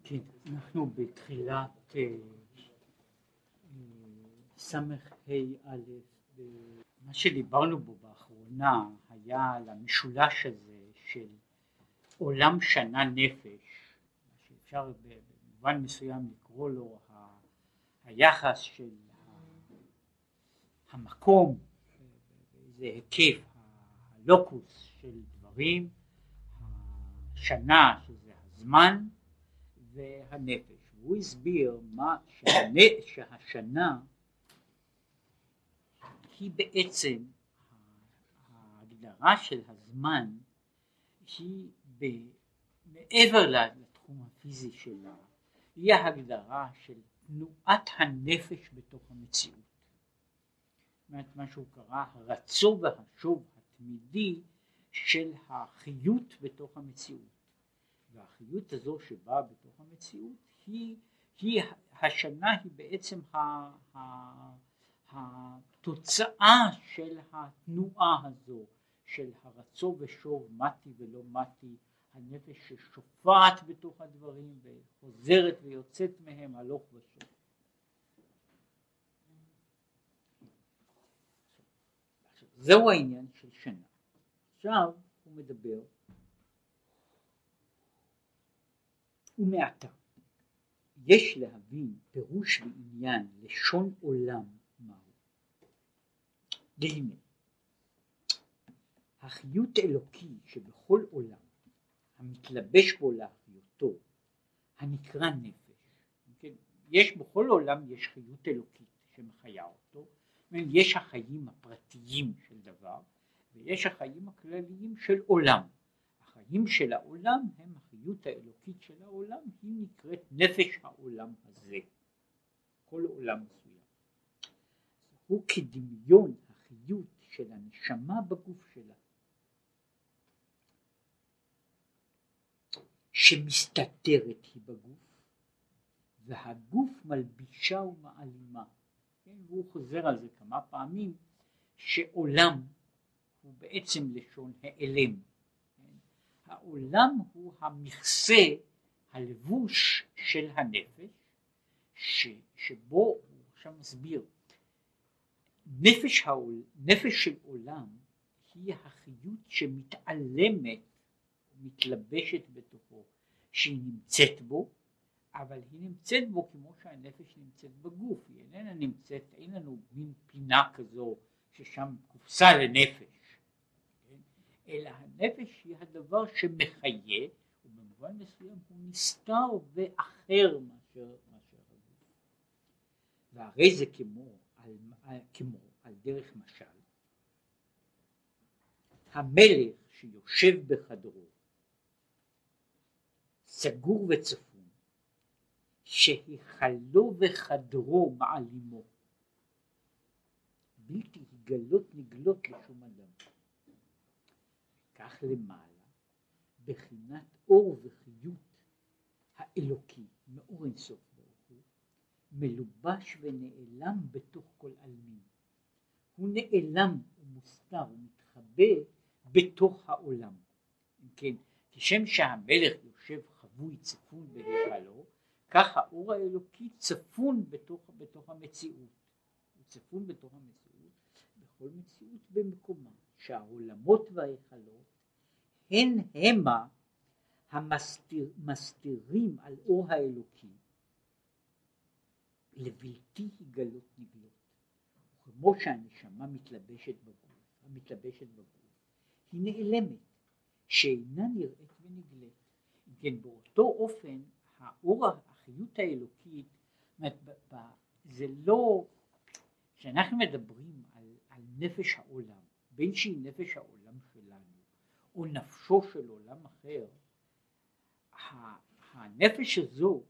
כן, אנחנו בתחילת סמך א', מה שדיברנו בו באחרונה היה על המשולש הזה של עולם שנה נפש, שאפשר במובן מסוים לקרוא לו היחס של המקום, זה היקף הלוקוס של דברים, השנה שזה הזמן והנפש. הוא הסביר שהשנה היא בעצם ההגדרה של הזמן, היא מעבר לתחום הפיזי שלה, היא ההגדרה של תנועת הנפש בתוך המציאות. זאת אומרת, מה שהוא קרא הרצו והשוב התמידי של החיות בתוך המציאות. והחיות הזו שבאה בתוך המציאות היא השנה, היא בעצם התוצאה של התנועה הזו של הרצו ושוב, מתי ולא מתי, הנפש ששופעת בתוך הדברים וחוזרת ויוצאת מהם הלוך ושוב. זהו העניין של שנה. עכשיו הוא מדבר ומעתה יש להבין פירוש ועניין לשון עולם מהו. והנה החיות אלוקי שבכל עולם המתלבש בו להחיותו הנקרא נפש. יש בכל עולם יש חיות אלוקית שמחיה אותו, יש החיים הפרטיים של דבר ויש החיים הכלליים של עולם. החיים של העולם הם החיות האלוקית של העולם, היא נקראת נפש העולם הזה, כל עולם מסוים. הוא כדמיון החיות של הנשמה בגוף שלה, שמסתתרת היא בגוף והגוף מלבישה ומעלימה. כן? והוא חוזר על זה כמה פעמים, שעולם הוא בעצם לשון העלם. העולם הוא המכסה, הלבוש של הנפש, שבו הוא עכשיו מסביר, נפש של עולם היא החיות שמתעלמת, מתלבשת בתוכו, שהיא נמצאת בו, אבל היא נמצאת בו כמו שהנפש נמצאת בגוף, היא איננה נמצאת, אין לנו מין פינה כזו ששם קופסה לנפש, אלא הנפש היא הדבר שמחיה, ובמובן מסוים הוא נסתר ואחר מאשר הגוף. והרי זה כמו על דרך משל, המלך שיושב בחדרו, סגור וצפון, שהיכלו וחדרו מעלימו, בלתי היגלות נגלות לשום אדם. כך למעלה, בחינת אור וחיות האלוקי, מאור אינסוף ברוך הוא, מלובש ונעלם בתוך כל עלמין. הוא נעלם ומוסתר ומתחבא בתוך העולם. כן, כשם שהמלך יושב חבוי צפון בהיכלו, כך האור האלוקי צפון בתוך המציאות. הוא צפון בתוך המציאות, בכל מציאות במקומה, שהעולמות וההיכלות הן המה המסתירים על אור האלוקי לבלתי היגלות נגלות. כמו שהנשמה מתלבשת בגוף, היא נעלמת, שאינה נראית ונגלית. כן, באותו אופן האור, החיות האלוקית, זה לא, כשאנחנו מדברים על נפש העולם, בין שהיא נפש העולם שלנו או נפשו של עולם אחר, הנפש הזו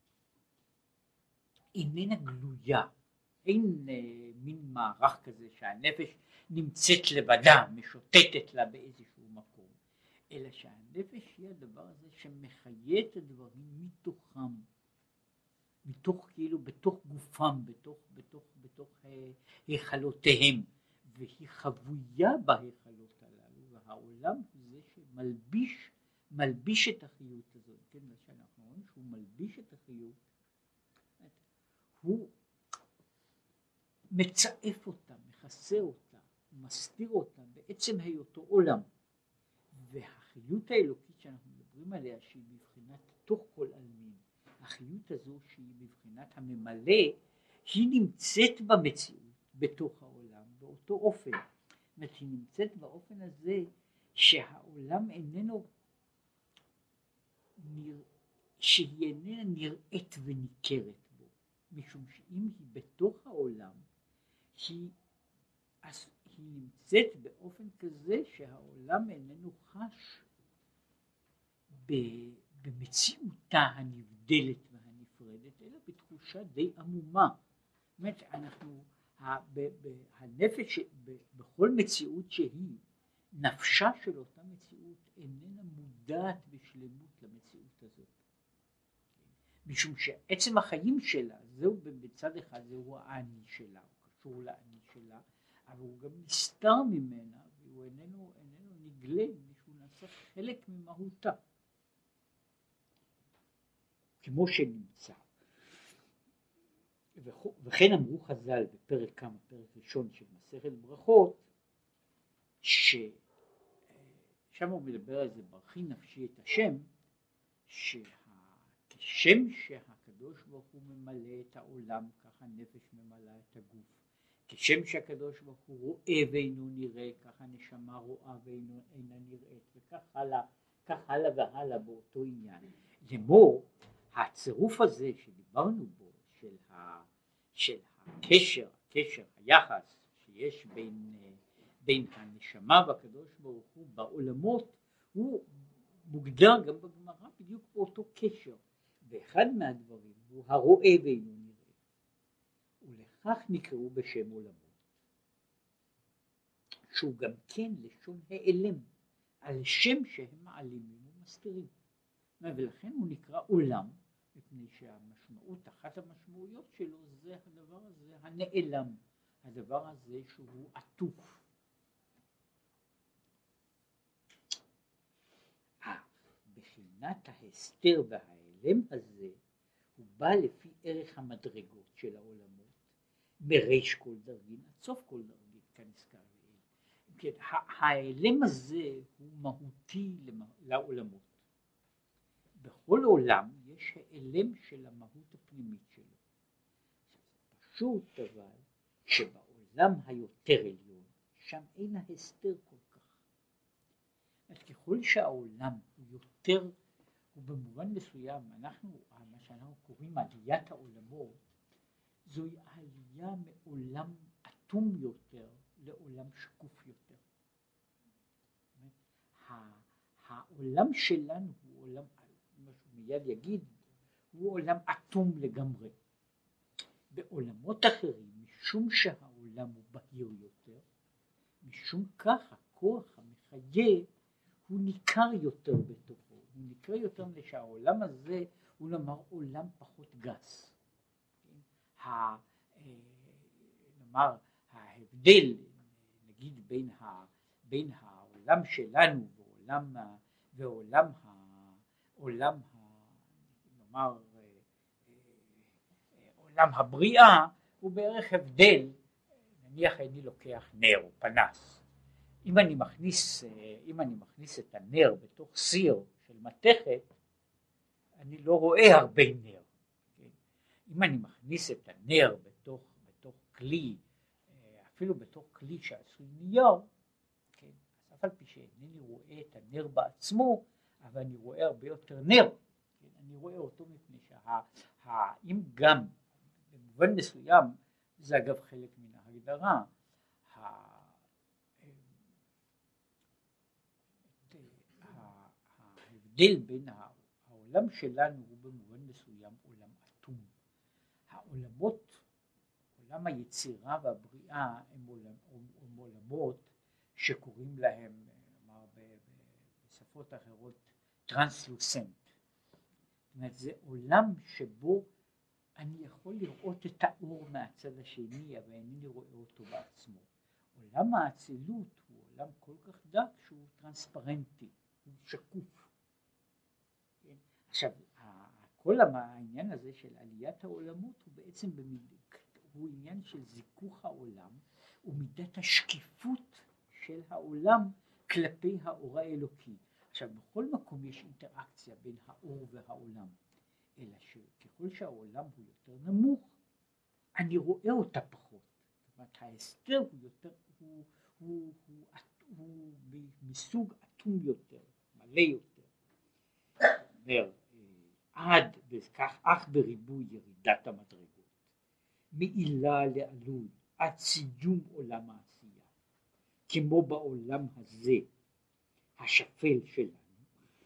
איננה גלויה, אין מין מערך כזה שהנפש נמצאת לבדה, משוטטת לה באיזשהו מקום, אלא שהנפש היא הדבר הזה שמחיה את הדברים מתוכם, מתוך כאילו בתוך גופם, בתוך היכלותיהם, והיא חבויה בהיכלות הללו, והעולם הוא זה שמלביש מלביש את החיות הזאת, כן, מה שאנחנו רואים שהוא מלביש את החיות, הוא מצעף אותה, מכסה אותה, מסתיר אותה בעצם היותו עולם. והחיות האלוקית שאנחנו מדברים עליה, שהיא בבחינת תוך כל עלמין, החיות הזו שהיא בבחינת הממלא, היא נמצאת במציאות בתוך העולם באותו אופן. זאת אומרת, היא נמצאת באופן הזה שהעולם איננו, שהיא איננה נראית וניכרת בו, משום שאם היא בתוך העולם, היא נמצאת באופן כזה שהעולם איננו חש במציאותה הנבדלת והנפרדת, אלא בתחושה די עמומה. זאת אומרת, הנפש בכל מציאות שהיא, נפשה של אותה מציאות איננה מודעת בשלמות למציאות הזאת. משום שעצם החיים שלה, זהו בצד אחד, זהו האני שלה, הוא קשור לאני שלה, אבל הוא גם נסתר ממנה, והוא איננו נגלה, שהוא נעשה חלק ממהותה. כמו שנמצא. וכן אמרו חז"ל בפרק כמה, פרק ראשון של מסכת ברכות, ששם הוא מדבר על זה, ברכי נפשי את השם, כשם שהקדוש ברוך הוא ממלא את העולם, ככה הנפש ממלא את הגוף. כשם שהקדוש ברוך הוא רואה ואינו נראה, ככה הנשמה רואה ואינה נראית, וכך הלאה, כך הלאה והלאה באותו עניין. לאמור, הצירוף הזה שדיברנו בו, של הקשר, היחס שיש בין הנשמה והקדוש ברוך הוא בעולמות, הוא מוגדר גם בגמרא בדיוק באותו קשר, ואחד מהדברים הוא הרואה ואינו נראה, ולכך נקראו בשם עולמות, שהוא גם כן לשון העלם, על שם שהם מעלימים ומסתירים, ולכן הוא נקרא עולם, מפני שהמשמעות, אחת המשמעויות שלו זה הדבר הזה הנעלם, הדבר הזה שהוא עטוף. בחינת ההסתר וההעלם הזה הוא בא לפי ערך המדרגות של העולמות, מריש כל דרגין עד סוף כל דרגין, כנזכר לעיל. ההעלם הזה הוא מהותי לעולמות. בכל עולם יש העלם של המהות הפנימית שלו. פשוט אבל שבעולם היותר עליון, שם אין ההסתר כל כך. אז ככל שהעולם הוא יותר, הוא במובן מסוים, מה שאנחנו קוראים עליית העולמות, זוהי העלייה מעולם אטום יותר לעולם שקוף יותר. העולם שלנו הוא עולם, מה שמיד יגיד, הוא עולם אטום לגמרי. בעולמות אחרים, משום שהעולם הוא בהיר יותר, משום כך הכוח המחיה הוא ניכר יותר בתוכו, הוא ניכר יותר מפני שהעולם הזה הוא נאמר עולם פחות גס. נאמר ההבדל נגיד בין העולם שלנו ועולם נאמר עולם הבריאה הוא בערך הבדל, נניח אני לוקח נר או פנס, אם אני מכניס את הנר בתוך סיר של מתכת, אני לא רואה הרבה נר. כן? אם אני מכניס את הנר בתוך כלי, אפילו בתוך כלי שעשוי נייר, כן? אז אף על פי שאינני רואה את הנר בעצמו, אבל אני רואה הרבה יותר נר. כן? אני רואה אותו מפני אם גם במובן מסוים, זה אגב חלק מן ההגדרה, ההבדל בין העולם שלנו הוא במובן מסוים עולם אטום. העולמות, עולם היצירה והבריאה הם עולמות שקוראים להם, בשפות אחרות, טרנסלוסנט. זאת אומרת, זה עולם שבו אני יכול לראות את האור מהצד השני, אבל אינני רואה אותו בעצמו. עולם האצילות הוא עולם כל כך דק שהוא טרנספרנטי, הוא שקוף. עכשיו, כל העניין הזה של עליית העולמות הוא בעצם הוא עניין של זיכוך העולם ומידת השקיפות של העולם כלפי האור האלוקי. עכשיו, בכל מקום יש אינטראקציה בין האור והעולם, אלא שככל שהעולם הוא יותר נמוך, אני רואה אותה פחות. זאת אומרת, ההסתר הוא יותר, הוא מסוג אטום יותר, מלא יותר. אומר, עד וכך אך בריבוי ירידת המדרגות, מעילה לעלול עד סיום עולם העשייה, כמו בעולם הזה השפל שלנו,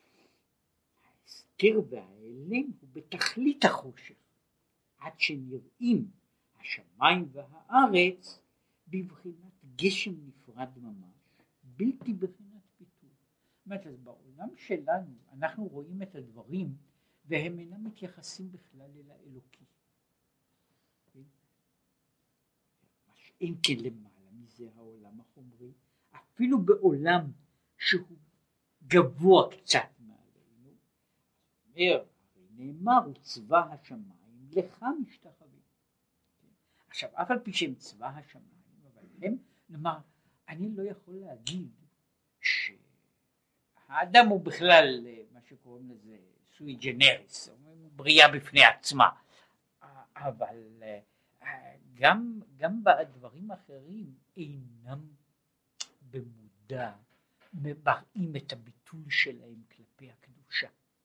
ההסתר וההיעלם הוא בתכלית החושך, עד שנראים השמיים והארץ בבחינת גשם נפרד ממש, בלתי בחינת ביטול. זאת אומרת, אז בעולם שלנו אנחנו רואים את הדברים והם אינם מתייחסים בכלל אל האלוקי. מה שאין כן למעלה מזה העולם החומרי, אפילו בעולם שהוא גבוה קצת מעלינו, אומר, נאמר וצבא השמיים לך משתחווים. עכשיו, אף על פי שהם צבא השמיים, אבל הם, נאמר, אני לא יכול להגיד שהאדם הוא בכלל מה שקוראים לזה סוי ג'נריס, בריאה בפני עצמה, אבל גם בדברים אחרים אינם במודע מראים את הביטול שלהם כלפי הקדושה.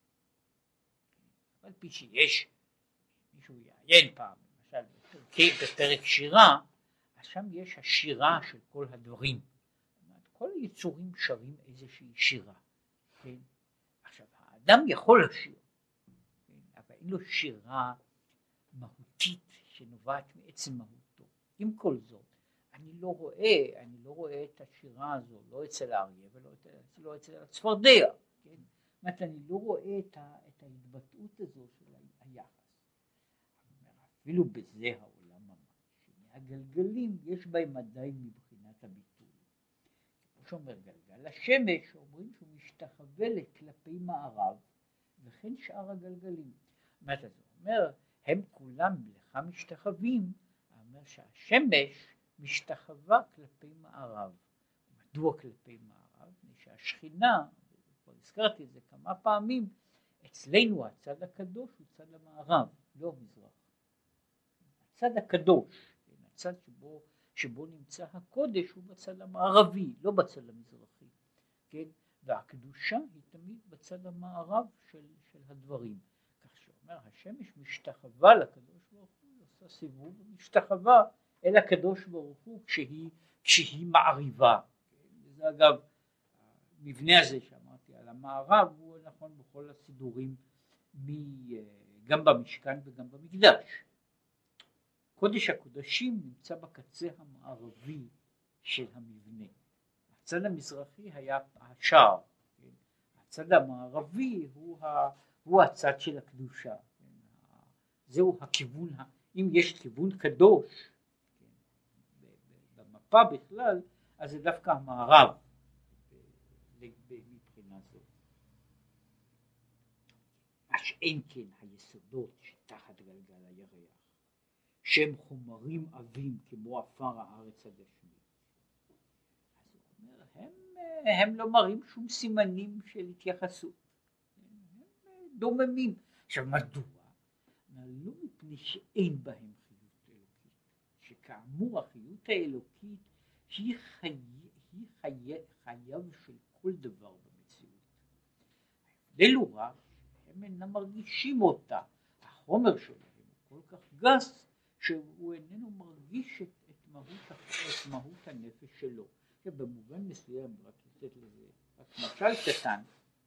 על פי שיש מישהו יעיין פעם, למשל בפרק שירה, אז שם יש השירה של כל הדברים, כל היצורים שרים איזושהי שירה, כן? עכשיו האדם יכול לשיר, כן? אבל אין לו שירה מהותית שנובעת מעצם מהותו. עם כל זאת אני לא רואה את השירה הזו לא אצל האריה ולא אצל הצפרדע, כן? זאת אומרת, אני לא רואה את ההתבטאות הזו של היחס. אפילו בזה העולם ממש, הגלגלים יש בהם עדיין מבחינת הביטוי. כמו שאומר גלגל השמש, אומרים שהוא משתחווה כלפי מערב, וכן שאר הגלגלים. זאת אומרת, זה אומר, הם כולם לך משתחווים, אומר שהשמש משתחווה כלפי מערב. מדוע כלפי מערב? שהשכינה, כבר הזכרתי את זה כמה פעמים, אצלנו הצד הקדוש הוא צד המערב, לא מזרח. הצד הקדוש, הצד שבו נמצא הקודש הוא בצד המערבי, לא בצד המזרחי, כן? והקדושה היא תמיד בצד המערב של הדברים. כך שאומר, השמש משתחווה לקדוש ברוך הוא, עושה סיבוב ומשתחווה אל הקדוש ברוך הוא כשהיא מעריבה. וזה אגב, המבנה הזה שאמרתי על המערב הוא נכון בכל הסידורים, גם במשכן וגם במקדש. קודש הקודשים נמצא בקצה המערבי של המבנה. הצד המזרחי היה השער, כן? הצד המערבי הוא הצד של הקדושה. זהו הכיוון, אם יש כיוון קדוש, כן? במפה בכלל, אז זה דווקא המערב מבחינה זו. מה שאין כן היסודות שתחת גלגל הירח, שהם חומרים עבים כמו עפר הארץ הגשמי. אז הוא אומר, הם לא מראים שום סימנים של התייחסות. הם דוממים. עכשיו מדוע? לא מפני שאין בהם חיות אלוקית. שכאמור החיות האלוקית היא חייו של כל דבר במציאות. ההבדל הוא רק הם אינם מרגישים אותה. החומר שלהם הוא כל כך גס שהוא איננו מרגיש את מהות הנפש שלו. במובן מסוים, רק לתת לזה, רק משל קטן,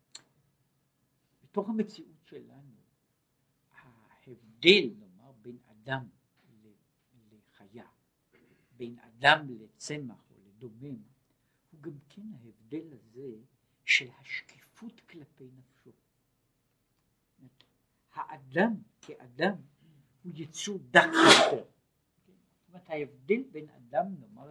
בתוך המציאות שלנו, ההבדל, נאמר, בין אדם לחיה, בין אדם לצמח או לדומם, הוא גם כן ההבדל הזה של השקיפות כלפי נפשו. האדם כאדם הוא יצור דק יותר. זאת אומרת, ההבדל בין אדם, נאמר,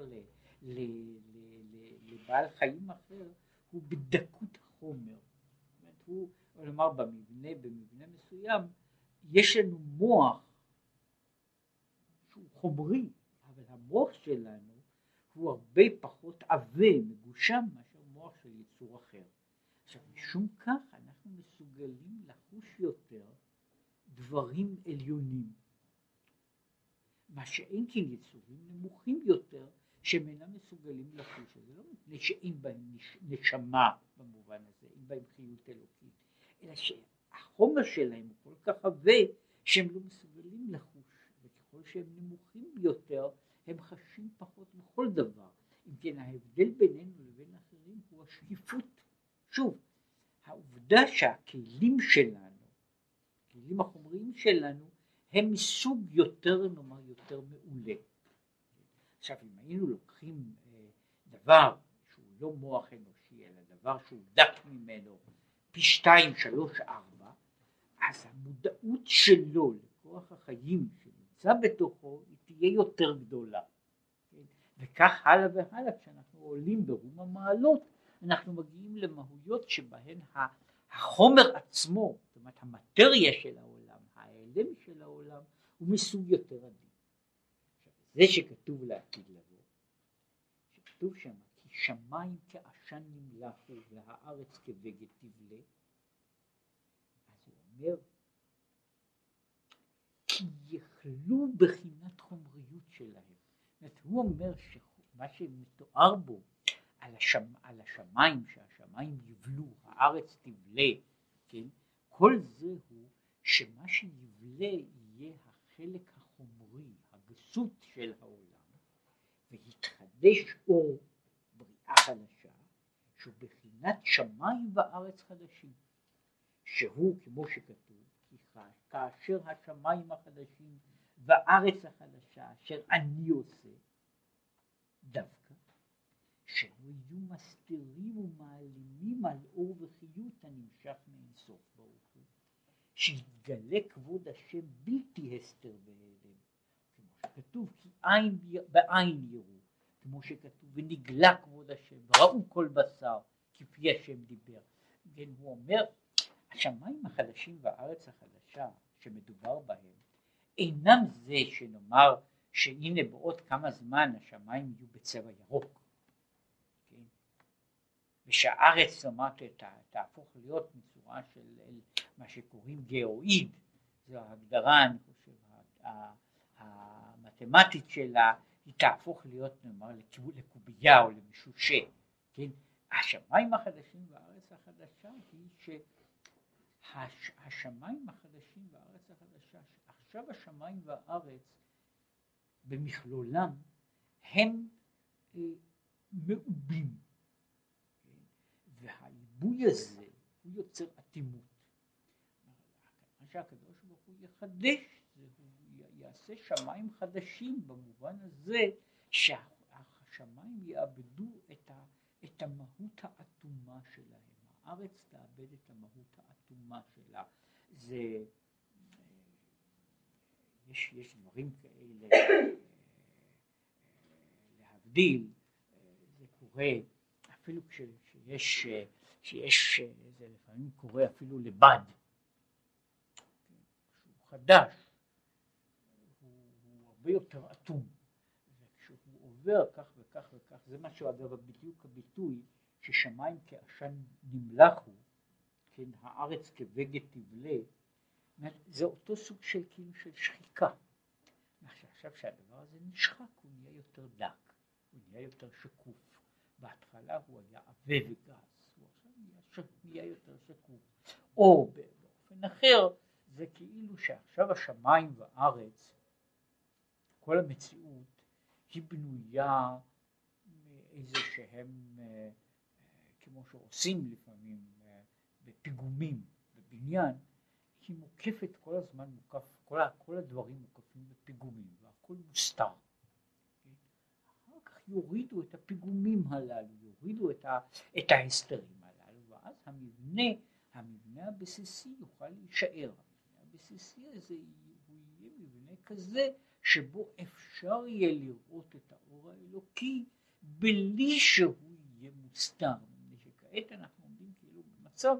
לבעל חיים אחר, הוא בדקות החומר. זאת אומרת, כלומר במבנה מסוים יש לנו מוח שהוא חומרי, אבל המוח שלנו הוא הרבה פחות עבה, מגושם, מאשר מוח של יצור אחר. עכשיו משום כך אנחנו מסוגלים לחוש יותר דברים עליונים, מה שאין כן יצורים נמוכים יותר שהם אינם מסוגלים לחוש. זה לא מפני שאין בהם נשמה במובן הזה, אין בהם חיות אלוקית, אלא שהחומר שלהם הוא כל כך עבה שהם לא מסוגלים לחוש, וככל שהם נמוכים יותר הם חשים פחות בכל דבר. אם כן, ההבדל בינינו לבין אחרים הוא השקיפות. שוב, העובדה שהכלים שלנו, הכלים החומריים שלנו, הם מסוג יותר, נאמר, יותר מעולה. עכשיו, אם היינו לוקחים דבר שהוא לא מוח אנושי, אלא דבר שהוא דק ממנו פי 2, 3, 4, אז המודעות שלו לכוח החיים שנמצא בתוכו היא תהיה יותר גדולה. וכך הלאה והלאה, כשאנחנו עולים ברום המעלות, אנחנו מגיעים למהויות שבהן החומר עצמו, זאת אומרת המטריה של העולם, ההיעלם של העולם, הוא מסוג יותר עדין. זה שכתוב לעתיד לבוא, שכתוב שם, כי שמיים כעשן נמלחו והארץ כבגד תבלה, אז הוא אומר, כי יכלו בחינת חומריות שלהם. זאת אומרת, הוא אומר שמה שמתואר בו, על השמיים, שהשמיים יבלו, הארץ תבלה, כן? כל זה הוא שמה שיבלה יהיה החלק החומרי, הגסות של העולם, והתחדש אור בריאה חדשה, שהוא בחינת שמיים וארץ חדשים, שהוא כמו שכתוב, כאשר השמיים החדשים והארץ החדשה אשר אני עושה, דווקא שלא יהיו מסתירים ומעלימים על אור וחיות הנמשך מאינסוף ברוך הוא, שיתגלה כבוד השם בלתי הסתר בהיעלם, כמו שכתוב כי עין בעין יראו, כמו שכתוב ונגלה כבוד השם, ראו כל בשר כפי השם דיבר. כן, הוא אומר השמיים החדשים והארץ החדשה שמדובר בהם אינם זה שנאמר שהנה בעוד כמה זמן השמיים יהיו בצבע ירוק, כן? ושהארץ זאת אומרת תהפוך להיות מצורה של מה שקוראים גיאואיד, זו ההגדרה אני חושב המתמטית שלה, היא תהפוך להיות נאמר לקובייה או למשושה, כן? השמיים החדשים והארץ החדשה היא שהשמיים החדשים והארץ החדשה, עכשיו השמיים והארץ במכלולם הם מעובים, והעיבוי הזה הוא יוצר אטימות. מה שהקדוש ברוך הוא יחדש, הוא יעשה שמיים חדשים במובן הזה שהשמיים יאבדו את המהות האטומה שלהם, הארץ תאבד את המהות האטומה שלה. זה יש דברים כאלה להבדיל, זה קורה אפילו שיש זה לפעמים קורה אפילו לבד, שהוא חדש, הוא הרבה יותר אטום, וכשהוא עובר כך וכך וכך, זה מה שאגב בדיוק הביטוי ששמיים כעשן נמלחו, כן, הארץ כבגד תבלה, זה אותו סוג של כאילו של שחיקה. עכשיו שהדבר הזה נשחק הוא נהיה יותר דק, הוא נהיה יותר שקוף. בהתחלה הוא היה עבה וגס, הוא עכשיו נהיה יותר שקוף. או באופן אחר זה כאילו שעכשיו השמיים והארץ, כל המציאות היא בנויה מאיזה שהם כמו שעושים לפעמים בפיגומים בבניין, היא מוקפת כל הזמן, כל הדברים מוקפים בפיגומים והכל מוסתר. אחר כך יורידו את הפיגומים הללו, יורידו את ההסתרים הללו, ואז המבנה הבסיסי יוכל להישאר. המבנה הבסיסי הזה הוא יהיה מבנה כזה שבו אפשר יהיה לראות את האור האלוקי בלי שהוא יהיה מוסתר. כעת אנחנו עומדים כאילו במצב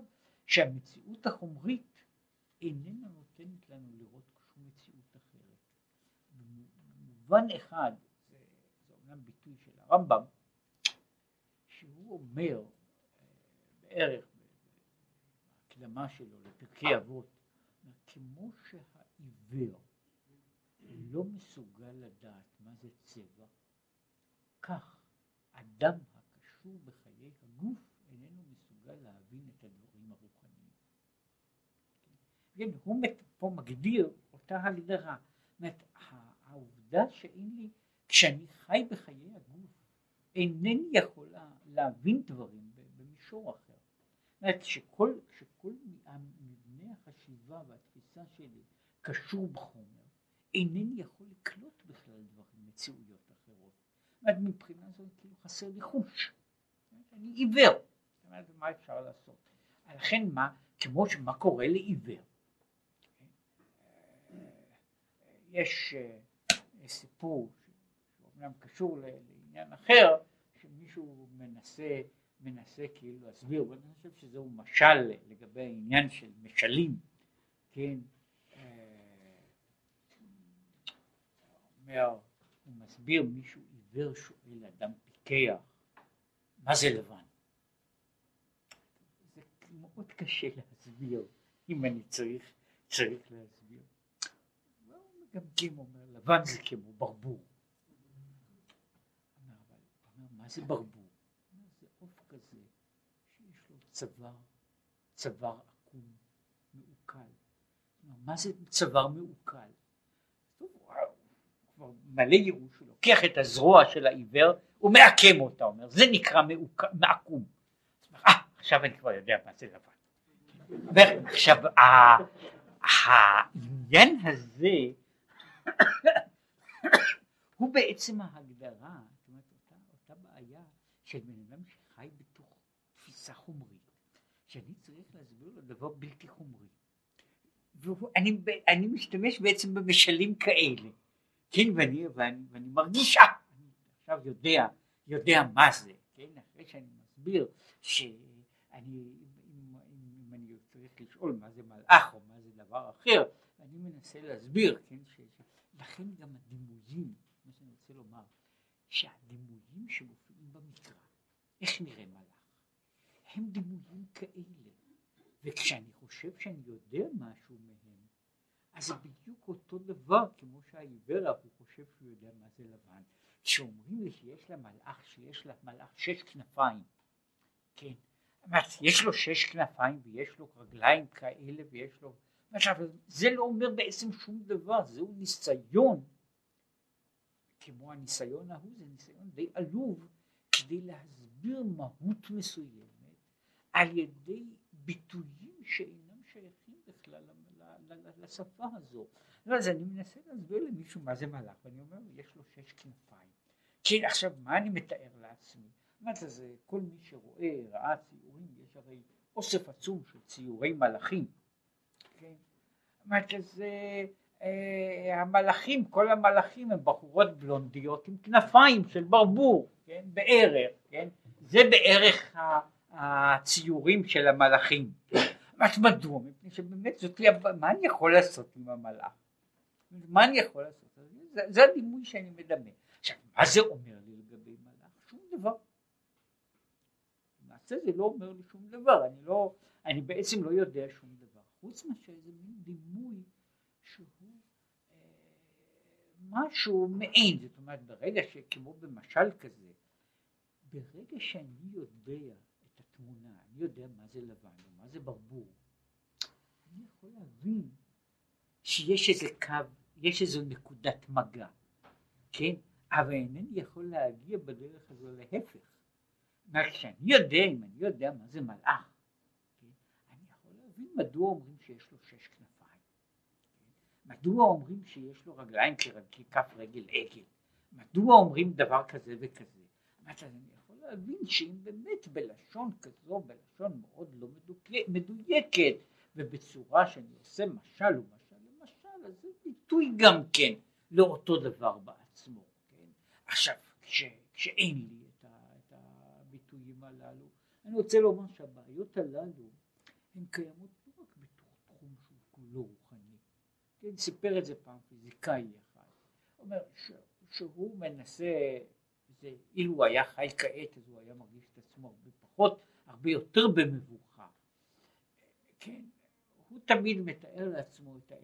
שהמציאות החומרית איננה נותנת לנו לראות שום מציאות אחרת. במובן אחד, זה אומנם ביטוי של הרמב"ם, שהוא אומר בערך בהקדמה שלו לפרקי אבות, כמו שהעיוור לא מסוגל לדעת מה זה צבע, כך אדם הקשור בחיי הגוף איננו מסוגל להבין את הדברים הרוחניים. כן, הוא פה מגדיר אותה הגדרה. זאת אומרת, העובדה שאין לי, כשאני חי בחיי הגוף, אינני יכולה להבין דברים במישור אחר. זאת אומרת, שכל מבנה החשיבה והתפיסה שלי קשור בחומר, אינני יכול לקלוט בכלל דברים, מציאויות אחרות. זאת אומרת, מבחינה זאת כאילו חסר לי חוש. אני עיוור. זאת אומרת, מה אפשר לעשות? לכן כמו שמה קורה לעיוור? יש סיפור שאומנם קשור לעניין אחר, שמישהו מנסה כאילו להסביר, ואני חושב שזהו משל לגבי העניין של משלים, כן, הוא מסביר, מישהו עיוור שואל אדם פיקח, מה זה לבן? זה מאוד קשה להסביר, אם אני צריך להסביר. הוא מגמגם, אומר, לבן זה כמו ברבור. אומר, מה זה ברבור? זה עוף כזה שיש לו צוואר עקום, מעוקל. מה זה צוואר מעוקל? כבר מלא ייאוש, הוא לוקח את הזרוע של העיוור ומעקם אותה, אומר, זה נקרא מעקום. עכשיו אני כבר יודע מה זה לבן. ועכשיו העניין הזה הוא בעצם ההגדרה, זאת אומרת, אותה בעיה של בן אדם שחי בתוך תפיסה חומרית, שאני צריך להסביר לו דבר בלתי חומרי. ואני משתמש בעצם במשלים כאלה, כן, ואני מרגיש, אני עכשיו יודע מה זה, כן, אחרי שאני מסביר שאני, אם אני צריך לשאול מה זה מלאך או מה זה דבר אחר, אני מנסה להסביר, כן, לכן גם הדימויים, מה שאני רוצה לומר, שהדימויים שמופיעים במקרא, איך נראה מלאך? הם דימויים כאלה, וכשאני חושב שאני יודע משהו מהם, אז זה בדיוק אותו דבר, כמו שהעיוור הוא חושב שהוא יודע מה זה לבן. כשאומרים לי שיש למלאך 6 כנפיים, כן, יש לו 6 כנפיים ויש לו רגליים כאלה ויש לו, עכשיו, זה לא אומר בעצם שום דבר, זהו ניסיון, כמו הניסיון ההוא, זה ניסיון די עלוב, כדי להסביר מהות מסוימת, על ידי ביטויים שאינם שייכים בכלל לשפה הזו. אז אני מנסה להסביר למישהו מה זה מלאך, ואני אומר, יש לו 6 כנפיים. כן, עכשיו, מה אני מתאר לעצמי? אז כל מי ראה ציורים, יש הרי אוסף עצום של ציורי מלאכים. כן? אז המלאכים, כל המלאכים הם בחורות בלונדיות עם כנפיים של ברבור, כן? בערך, כן? זה בערך הציורים של המלאכים. אז מדוע? מפני שבאמת זאת לי, מה אני יכול לעשות עם המלאך? מה אני יכול לעשות? זה הדימוי שאני מדמה. עכשיו, מה זה אומר לי לגבי מלאך? שום דבר. למעשה זה לא אומר לי שום דבר, אני בעצם לא יודע שום דבר. חוץ מאשר זה מין דימוי שהוא משהו מעין, זאת אומרת, ברגע שכמו במשל כזה, ברגע שאני יודע את התמונה, אני יודע מה זה לבן, מה זה ברבור, אני יכול להבין שיש איזה קו, יש איזו נקודת מגע, כן? אבל אינני יכול להגיע בדרך הזו להפך. כשאני יודע, אם אני יודע מה זה מלאך, כן? אני יכול להבין מדוע אומרים שיש לו 6 כנפיים, כן? מדוע אומרים שיש לו רגליים ככף רגל עגל, מדוע אומרים דבר כזה וכזה. אז אני יכול להבין שאם באמת בלשון כזו, בלשון מאוד לא מדויקת, ובצורה שאני עושה משל ומשל למשל, אז זה ביטוי גם כן לאותו דבר בעצמו, כן? עכשיו, כשאין לי את הביטויים הללו, אני רוצה לומר שהבעיות הללו הן קיימות לא רק בתוך תחום שהוא כולו רוחני. כן, סיפר את זה פעם פיזיקאי אחד, אומר שהוא מנסה, אילו הוא היה חי כעת אז הוא היה מרגיש את עצמו הרבה פחות, הרבה יותר במבוכה. כן, הוא תמיד מתאר לעצמו את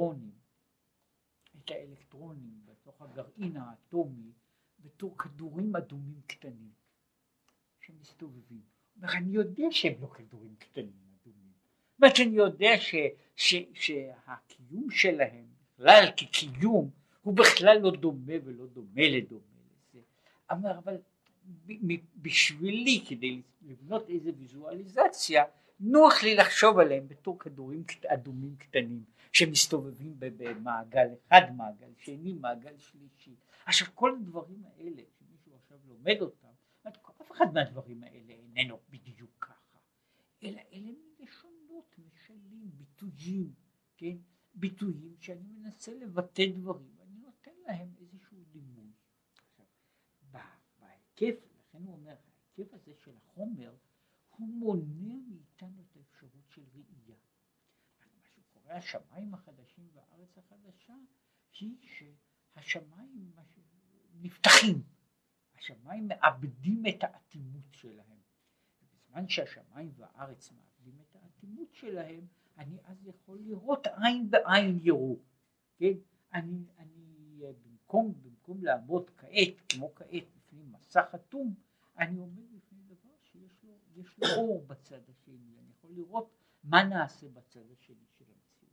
האלקטרונים בתוך הגרעין האטומי בתור כדורים אדומים קטנים שמסתובבים. אני יודע שהם לא כדורים קטנים אדומים. זאת אומרת שאני יודע שהקיום שלהם בכלל כקיום הוא בכלל לא דומה ולא דומה לדומה לזה. אבל בשבילי כדי לבנות איזו ויזואליזציה נוח לי לחשוב עליהם בתור כדורים אדומים קטנים שמסתובבים במעגל אחד, מעגל שני, מעגל שלישי. עכשיו כל הדברים האלה שמישהו עכשיו לומד אותם, אף אחד מהדברים האלה איננו בדיוק ככה, אלא אלה מלשונות, משלים, ביטויים, כן? ביטויים שאני מנסה לבטא דברים, ואני נותן להם איזשהו דימוי. בהיקף, לכן הוא אומר, ההיקף הזה של החומר, הוא מונע מאיתנו את האפשרות של ראייה. מה שקורה, השמיים החדשים והארץ החדשה, היא שהשמיים נפתחים. השמיים מאבדים את האטימות שלהם. בזמן שהשמיים והארץ מאבדים את האטימות שלהם, אני אז יכול לראות עין בעין יראו. כן? אני במקום לעמוד כעת, כמו כעת, בפנים מסך אטום, אני עומד בפני דבר שיש לו אור בצד השני. אני יכול לראות מה נעשה בצד השני של המציאות.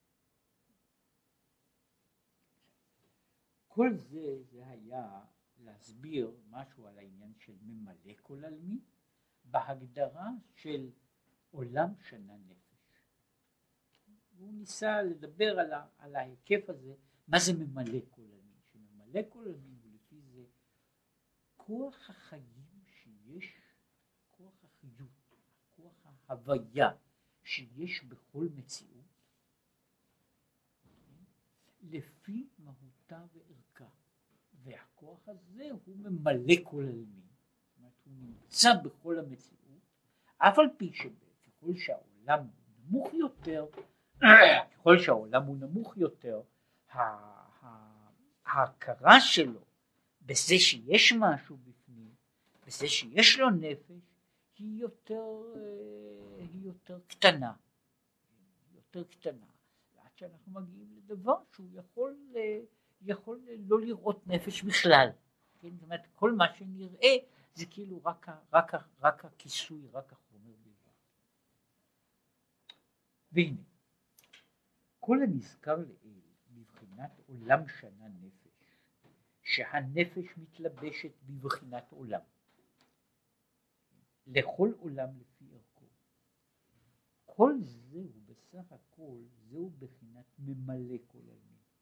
כל זה היה להסביר משהו על העניין של ממלא כל עלמין בהגדרה של עולם שנה נפש. הוא ניסה לדבר על ההיקף הזה, מה זה ממלא כל עלמין. שממלא כל עלמין הוא לפי זה כוח החיים שיש, כוח החיות, כוח ההוויה שיש בכל מציאות, לפי מהותה וערכה. והכוח הזה הוא ממלא כל עלמין, זאת אומרת הוא נמצא בכל המציאות, אף על פי שככל שהעולם הוא נמוך יותר, ההכרה שלו בזה שיש משהו בפנים, בזה שיש לו נפש, היא יותר קטנה, עד שאנחנו מגיעים לדבר שהוא יכול לא לראות נפש בכלל. כן? זאת אומרת, כל מה שנראה זה כאילו רק הכיסוי, רק החומר בלבד. והנה, כל הנזכר לעיל בבחינת עולם שנה נפש, שהנפש מתלבשת בבחינת עולם, לכל עולם לפי ערכו. כל זהו בסך הכל, זהו בחינת ממלא כל עלמין.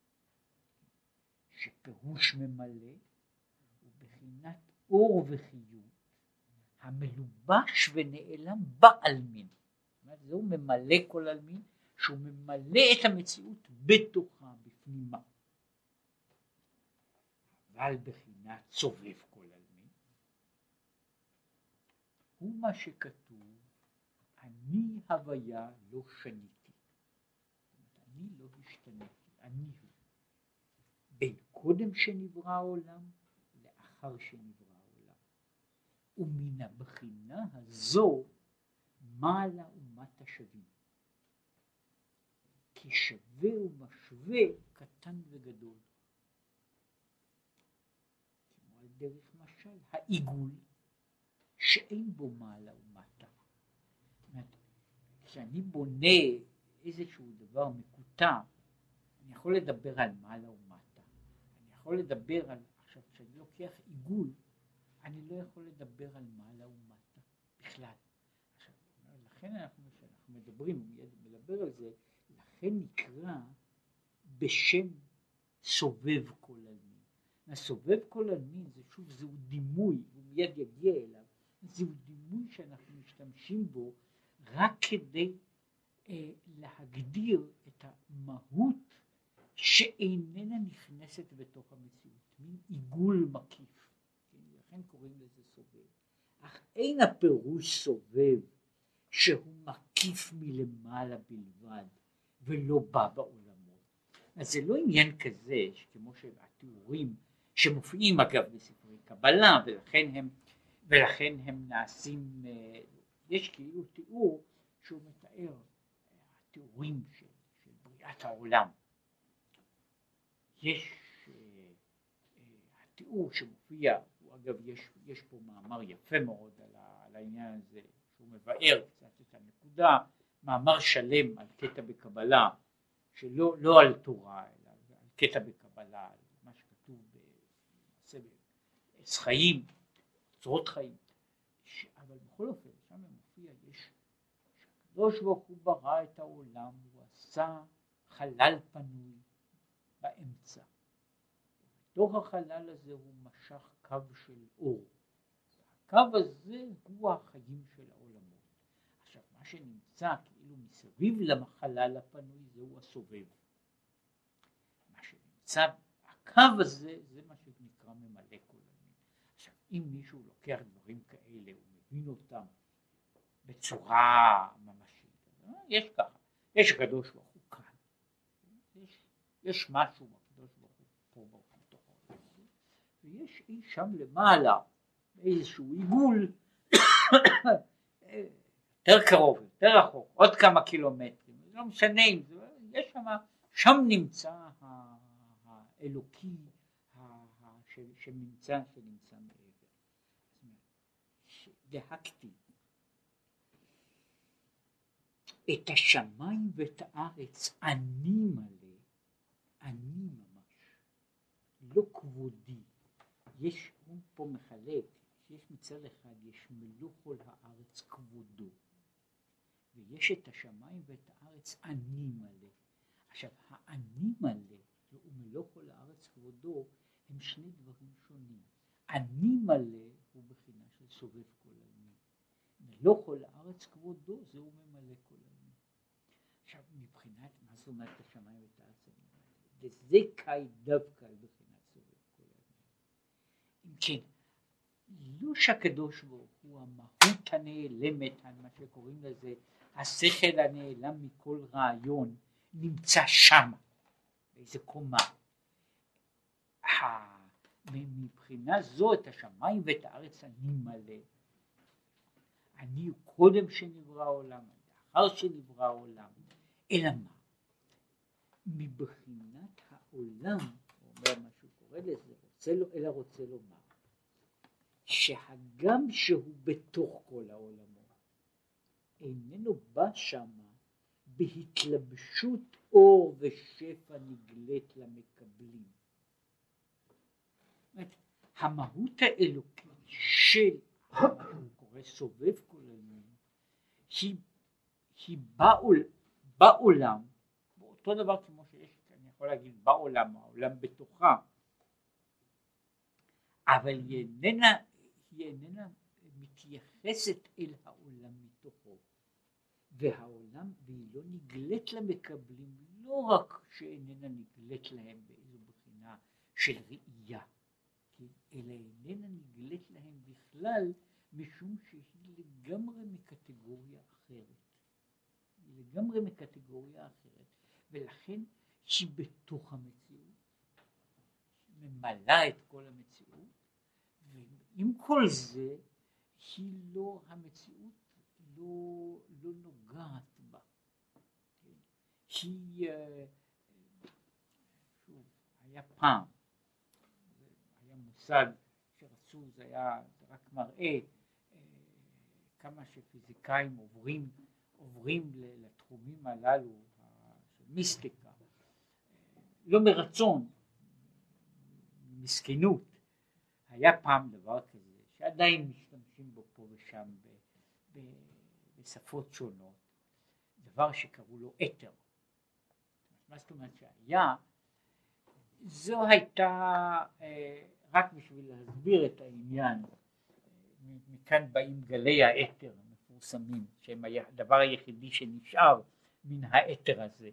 שפירוש ממלא הוא בחינת אור וחיות המלובש ונעלם בעלמין. זאת אומרת, זהו ממלא כל עלמין, שהוא ממלא את המציאות בתוכה, בפנימה. אבל בחינת סובב כל עלמין הוא מה שכתוב, אני הוויה לא שניתי. זאת אומרת, אני לא השתניתי, אני הוא. בין קודם שנברא העולם לאחר שנברא העולם. ומן הבחינה הזו מעלה ומטה שווים. כי שווה ומשווה קטן וגדול. כמו על דרך משל, העיגול שאין בו מעלה ומטה. זאת אומרת, כשאני בונה איזשהו דבר מקוטע, אני יכול לדבר על מעלה ומטה. אני יכול לדבר על, עכשיו כשאני לוקח עיגול, אני לא יכול לדבר על מעלה ומטה בכלל. עכשיו, לכן אנחנו מדברים, מדבר על זה, לכן נקרא בשם סובב כל עלמין. הסובב כל עלמין זה שוב, זהו דימוי, הוא מיד יגיע אליו, זהו דימוי שאנחנו משתמשים בו רק כדי להגדיר את המהות שאיננה נכנסת בתוך המציאות, מין עיגול מקיף, כן? לכן קוראים לזה סובב. אך אין הפירוש סובב שהוא מקיף מקיף מלמעלה בלבד ולא בא בעולמות. אז זה לא עניין כזה כמו שהתיאורים שמופיעים אגב בספרי קבלה ולכן הם נעשים, יש כאילו תיאור שהוא מתאר התיאורים של בריאת העולם. יש התיאור שמופיע, אגב יש פה מאמר יפה מאוד על העניין הזה, שהוא מבאר קצת את הנקודה, מאמר שלם על קטע בקבלה, שלא על תורה אלא על קטע בקבלה, על מה שכתוב בעץ חיים, צורות חיים, אבל בכל אופן שם מופיע, יש שהקדוש ברוך הוא ברא את העולם, הוא עשה חלל פנוי באמצע, בתוך החלל הזה הוא משך קו של אור, הקו הזה הוא החיים של העולמות. עכשיו מה שנמצא כאילו מסביב לחלל הפנוי זהו הסובב, מה שנמצא הקו הזה זה מה שנקרא ממלא כל עלמין. עכשיו אם מישהו לוקח דברים כאלה ומבין אותם בצורה ממשית, יש ככה, יש הקדוש ברוך הוא כאן, יש משהו בקדוש ברוך הוא פה ברוך הוא תוך העולם, ויש אי שם למעלה איזשהו עיגול יותר קרוב, יותר רחוק, עוד כמה קילומטרים, לא משנה אם זה, יש שם נמצא האלוקי שנמצא מעבר. דהקתי את השמיים ואת הארץ אני מלא, אני ממש, לא כבודי. יש, הוא פה מחלק, יש מצד אחד, יש מלוא כל הארץ כבודו, ויש את השמיים ואת הארץ אני מלא. עכשיו, האני מלא ומלוא כל הארץ כבודו הם שני דברים שונים. אני מלא הוא בחינה של סובב כל עלמין, מלוא כל הארץ כבודו זהו ממלא כל עלמין. עכשיו, מבחינת מה זאת אומרת השמיים ואת הארץ אני מלא? וזה קאי דווקא בחינת סובב כל עלמין. אם כן, לא שהקדוש ברוך הוא המהות הנעלמת, מה שקוראים לזה השכל הנעלם מכל רעיון, נמצא שם באיזה קומה. מבחינה זו את השמיים ואת הארץ אני מלא, אני הוא קודם שנברא העולם, לאחר שנברא העולם, אלא מה? מבחינת העולם, הוא אומר מה שהוא קורא לזה, רוצה לומר שהגם שהוא בתוך כל העולמות איננו בא שמה בהתלבשות אור ושפע נגלית למקבלים. המהות האלוקית של מה שהוא קורא סובב כל עלמין היא בעולם, באותו דבר כמו שיש, אני יכול להגיד בעולם, העולם בתוכה, אבל היא איננה מתייחסת אל העולם מתוכו, והעולם, והיא לא נגלית למקבלים, לא רק שאיננה נגלית להם באיזו בחינה של ראייה, אלא איננה נגלית להם בכלל, משום שהיא לגמרי מקטגוריה אחרת. היא לגמרי מקטגוריה אחרת, ולכן היא בתוך המציאות, ממלאה את כל המציאות, ועם כל זה, היא לא, המציאות לא נוגעת בה. היא, שוב, היה פעם, היה מושג שרצו, זה רק מראה כמה שפיזיקאים עוברים לתחומים הללו של מיסטיקה, לא מרצון, מסכנות. היה פעם דבר כזה שעדיין משתמשים בו פה ושם בשפות שונות, דבר שקראו לו אתר. מה זאת אומרת שהיה, זו הייתה רק בשביל להסביר את העניין, מכאן באים גלי האתר המפורסמים, שהם הדבר היחידי שנשאר מן האתר הזה.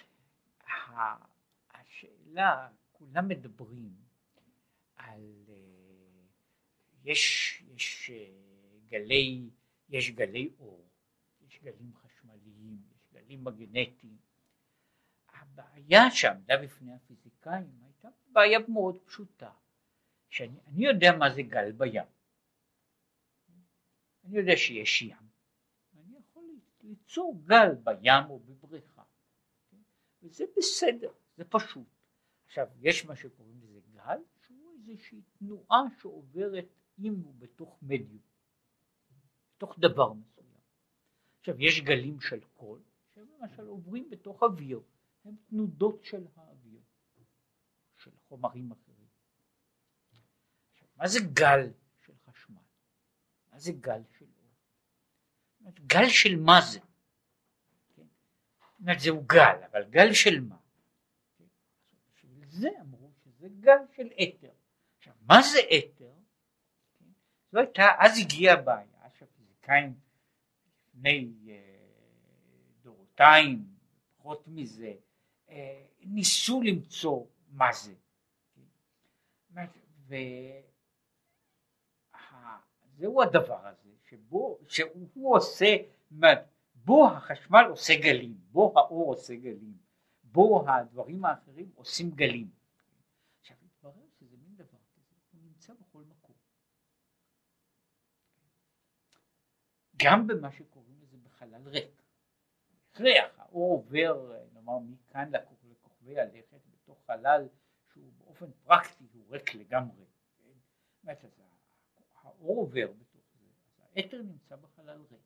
השאלה, כולם מדברים על, יש גלי אור, יש גלים חשמליים, יש גלים מגנטיים. הבעיה שעמדה בפני הפיזיקאים הייתה בעיה מאוד פשוטה, שאני יודע מה זה גל בים, אני יודע שיש ים, אני יכול ליצור גל בים או בבריכה, וזה בסדר, זה פשוט. עכשיו יש מה שקוראים לזה גל, שהוא איזושהי תנועה שעוברת עם ובתוך מדיום, בתוך דבר מסוים. עכשיו יש גלים של קול, שלמשל עוברים בתוך אוויר, הם תנודות של האוויר, של חומרים אחרים. עכשיו, מה זה גל של חשמל? מה זה גל של אור? גל של מה זה? זהו גל, אבל גל של מה? בשביל זה אמרו שזה גל של אתר. עכשיו, מה זה אתר? זו הייתה, אז הגיעה הבעיה שהפיזיקאים לפני דורותיים, פחות מזה, ניסו למצוא מה זה. וזהו הדבר הזה, שהוא עושה, בו החשמל עושה גלים, בו האור עושה גלים, בו הדברים האחרים עושים גלים. עכשיו התברר שזה מין דבר כזה, הוא נמצא בכל מקום. גם במה שקוראים לזה בחלל ריק. הכרח, האור עובר, נאמר, מכאן לכוכבי הלכת בתוך חלל שהוא באופן פרקטי הוא ריק לגמרי. האור עובר בתוך זה, אז האתר נמצא בחלל ריק.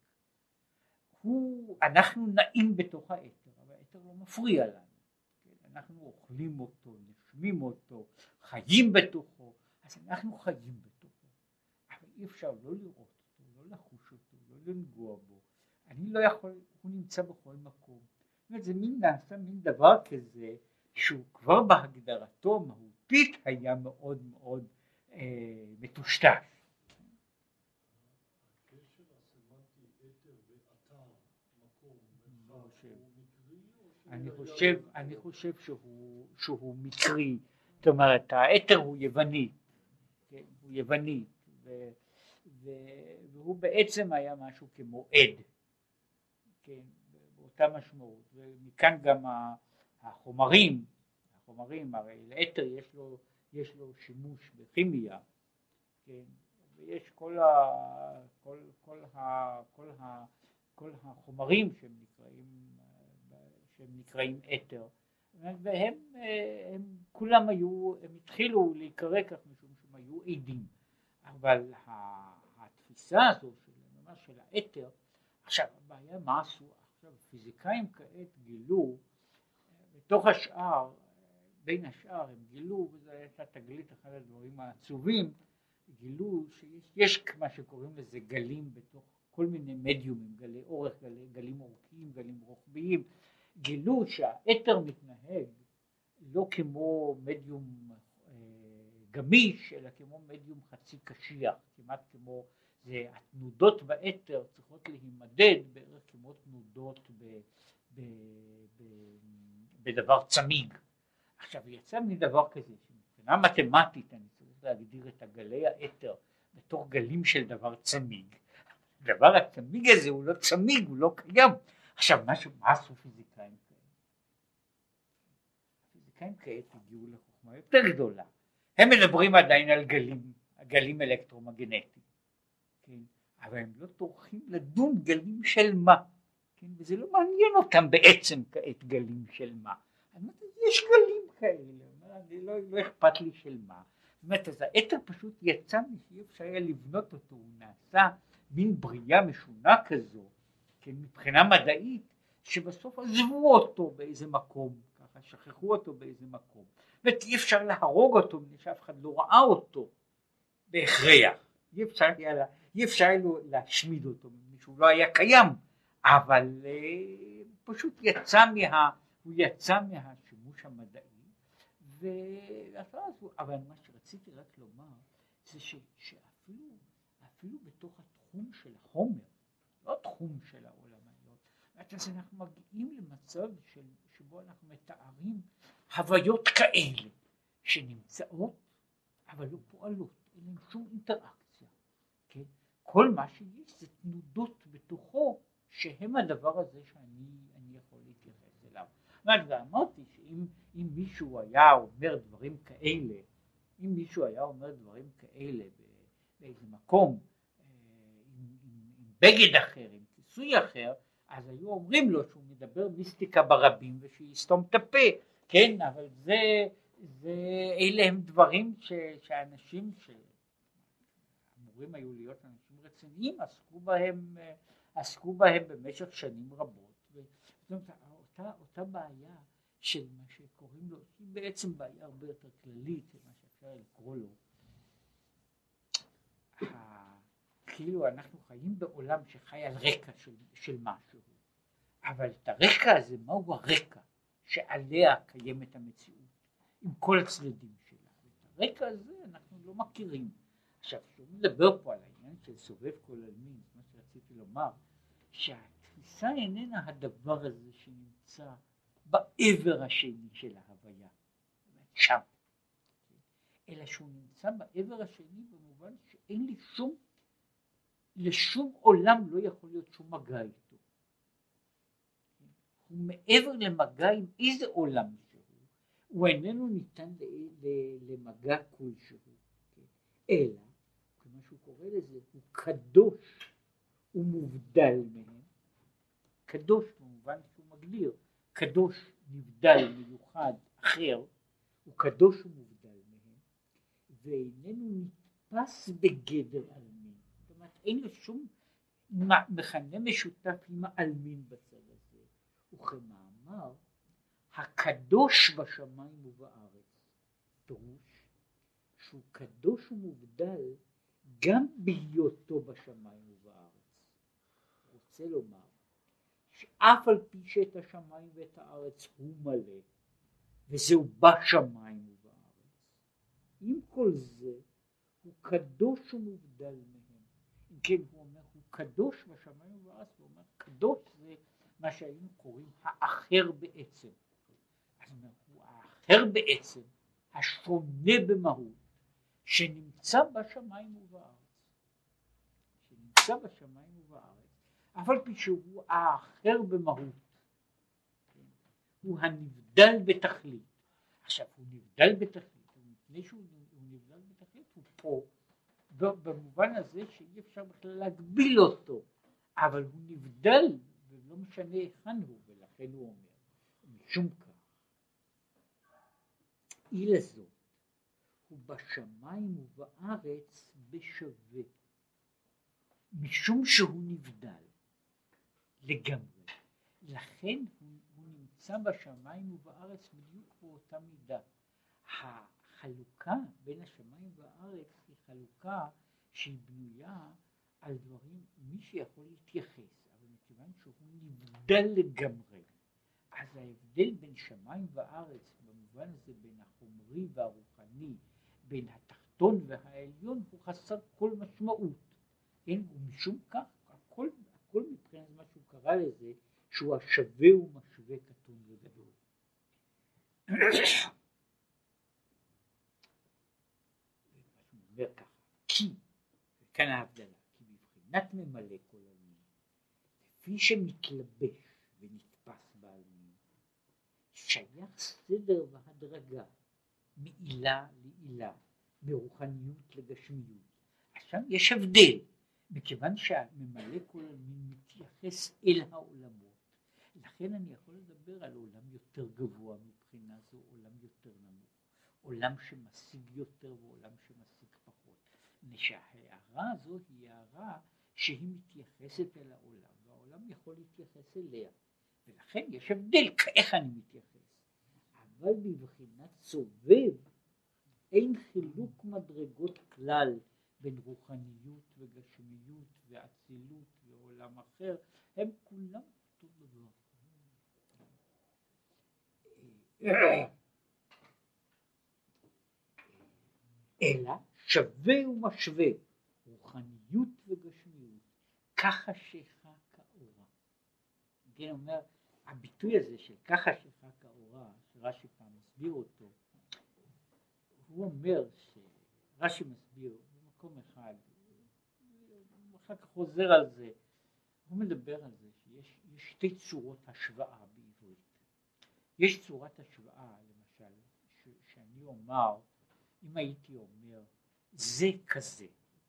אנחנו נעים בתוך האתר, אבל האתר לא מפריע לנו. אנחנו אוכלים אותו, נשמים אותו, חיים בתוכו, אז אנחנו חיים בתוכו. אבל אי אפשר לא לראות אותו, לא לחוש אותו, לא לנגוע בו. אני לא יכול, הוא נמצא בכל מקום. זאת אומרת, זה נעשה מין דבר כזה, שהוא כבר בהגדרתו מהותית היה מאוד מאוד מטושטש. הקשר הסמנטי אתר ואתר, מקום, אני חושב שהוא מקרי. זאת אומרת, האתר הוא יווני, הוא יווני, והוא בעצם היה משהו כמו עד, כן, באותה משמעות. ומכאן גם החומרים, הרי לאתר יש לו שימוש בכימיה, כן, ויש כל החומרים שהם נקראים אתר, והם כולם הם התחילו להיקרא כך משום שהם היו עדים. אבל התפיסה הזו של האתר, עכשיו הבעיה מה עשו? עכשיו פיזיקאים כעת גילו בתוך השאר, בין השאר הם גילו, וזו הייתה תגלית אחד הדברים העצובים, גילו שיש מה שקוראים לזה גלים בתוך כל מיני מדיומים, גלי אורך, גלים אורכיים, גלים רוחביים. גילו שהאתר מתנהג לא כמו מדיום גמיש, אלא כמו מדיום חצי קשיח, כמעט כמו, זה התנודות באתר צריכות להימדד בערך כמו תנודות בדבר צמיג. עכשיו יצא מדבר כזה, מבחינה מתמטית אני צריך להגדיר את הגלי האתר בתור גלים של דבר צמיג. דבר הצמיג הזה הוא לא צמיג, הוא לא קיים. עכשיו מה עשו פיזיקאים כאלה? פיזיקאים כעת הגיעו לחוכמה יותר גדולה. הם מדברים עדיין על גלים אלקטרומגנטיים, כן? אבל הם לא טורחים לדון גלים של מה, כן? וזה לא מעניין אותם בעצם כעת גלים של מה. יש גלים כאלה, לא אכפת לי של מה. זאת אומרת, אז האתר פשוט יצא שאי אפשר היה לבנות אותו, הוא נעשה מין בריאה משונה כזו, כן, מבחינה מדעית, שבסוף עזבו אותו באיזה מקום, ככה שכחו אותו באיזה מקום, ואי אפשר להרוג אותו, שאף אחד לא ראה אותו בהכרח, אי אפשר להשמיד אותו, שהוא לא היה קיים, אבל פשוט הוא יצא מהשימוש המדעי, אבל מה שרציתי רק לומר, זה שאפילו בתוך התחום של החומר, לא תחום של העולמיות, אז אנחנו מגיעים למצב שבו אנחנו מתארים הוויות כאלה שנמצאות אבל לא פועלות, אין להם שום אינטראקציה, כן? כל מה שיש זה תנודות בתוכו שהם הדבר הזה שאני יכול להתייחס אליו. ואמרתי שאם מישהו היה אומר דברים כאלה, באיזה מקום, עם בגד אחר, עם כיסוי אחר, אז היו אומרים לו שהוא מדבר מיסטיקה ברבים ושיסתום את הפה, כן, אבל אלה הם דברים שאנשים שאמורים היו להיות אנשים רציניים עסקו בהם במשך שנים רבות. זאת אומרת, אותה בעיה של מה שקוראים לו, היא בעצם בעיה הרבה יותר כללית, מה שאפשר לקרוא לו, כאילו אנחנו חיים בעולם שחי על רקע של משהו, אבל את הרקע הזה, מהו הרקע שעליה קיימת המציאות, עם כל הצדדים שלה? את הרקע הזה אנחנו לא מכירים. עכשיו, כשהוא מדבר פה על העניין של סובב כל עלמין, מה שרציתי לומר, שהתפיסה איננה הדבר הזה שנמצא בעבר השני של ההוויה, שם, אלא שהוא נמצא בעבר השני במובן שאין לי לשום עולם לא יכול להיות שום מגע איתו. הוא מעבר למגע עם איזה עולם שהוא, הוא איננו ניתן למגע כלשהו, אלא, כמו שהוא קורא לזה, הוא קדוש ומובדל מהם. קדוש במובן שהוא מגדיר, קדוש נבדל מיוחד אחר, הוא קדוש ומובדל מהם, ואיננו נתפס בגדר עלמין. זאת אומרת, אין לו שום מכנה משותף עם העלמין בצד הזה. וכמאמר, הקדוש בשמיים ובארץ, פירוש שהוא קדוש ומובדל גם בהיותו בשמיים ובארץ. רוצה לומר שאף על פי שאת השמיים ואת הארץ הוא מלא, וזהו בשמיים ובארץ, עם כל זה הוא קדוש ומובדל מהם. אם כן, הוא אומר, הוא קדוש בשמיים ובארץ, הוא אומר, קדוש זה מה שהיינו קוראים האחר בעצם. אז הוא אומר, הוא האחר בעצם, השונה במהות, שנמצא בשמיים ובארץ. אבל פי שהוא האחר במהות, הוא הנבדל בתכלית. עכשיו, הוא נבדל בתכלית, ומפני שהוא נבדל בתכלית, הוא פה, במובן הזה שאי אפשר בכלל להגביל אותו, אבל הוא נבדל, ולא משנה היכן הוא, ולכן הוא אומר, משום כך, אי לזאת, הוא בשמיים ובארץ בשווה, משום שהוא נבדל לגמרי. לכן הוא נמצא בשמיים ובארץ בדיוק באותה מידה. החלוקה בין השמיים והארץ היא חלוקה שהיא בנויה על דברים, מי שיכול להתייחס, אבל מכיוון שהוא נבדל לגמרי, אז ההבדל בין שמיים וארץ במובן הזה, בין החומרי והרוחני, בין התחתון והעליון, הוא חסר כל משמעות. כן? ומשום כך, הכל מבחינת מה שהוא קרא לזה, שהוא השווה ומשווה קטון וגדול. הוא אומר ככה, כי, וכאן ההבדלה, כי בבחינת ממלא כל עלמין, לפי שמתלבש ונתפס בעלמין, שייך סדר והדרגה, מעילה לעילה, מרוחניות לגשמיות. עכשיו יש הבדל, מכיוון שהממלא כל עלמין מתייחס אל העולמות, לכן אני יכול לדבר על עולם יותר גבוה מבחינה זו, עולם יותר נמוך, עולם שמשיג יותר ועולם שמשיג פחות. שההערה הזו היא הערה שהיא מתייחסת אל העולם, והעולם יכול להתייחס אליה, ולכן יש הבדל איך אני מתייחס. אבל בבחינת סובב אין חילוק מדרגות כלל בין רוחניות וגשמיות ואצילות ועולם אחר, הם כולם אותו דבר. אלא שווה ומשווה רוחניות וגשמיות ככה שכה כאורה. כן, אומר, הביטוי הזה של ככה שכה כאורה, שרש"י פעם מסביר אותו, הוא אומר שרש"י מסביר במקום אחד, הוא אחר כך חוזר על זה, הוא מדבר על זה יש שתי צורות השוואה בעברית. יש צורת השוואה, למשל, שאני אומר, אם הייתי אומר, זה כזה.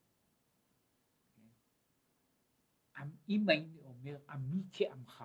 אם הייתי אומר, עמי כעמך,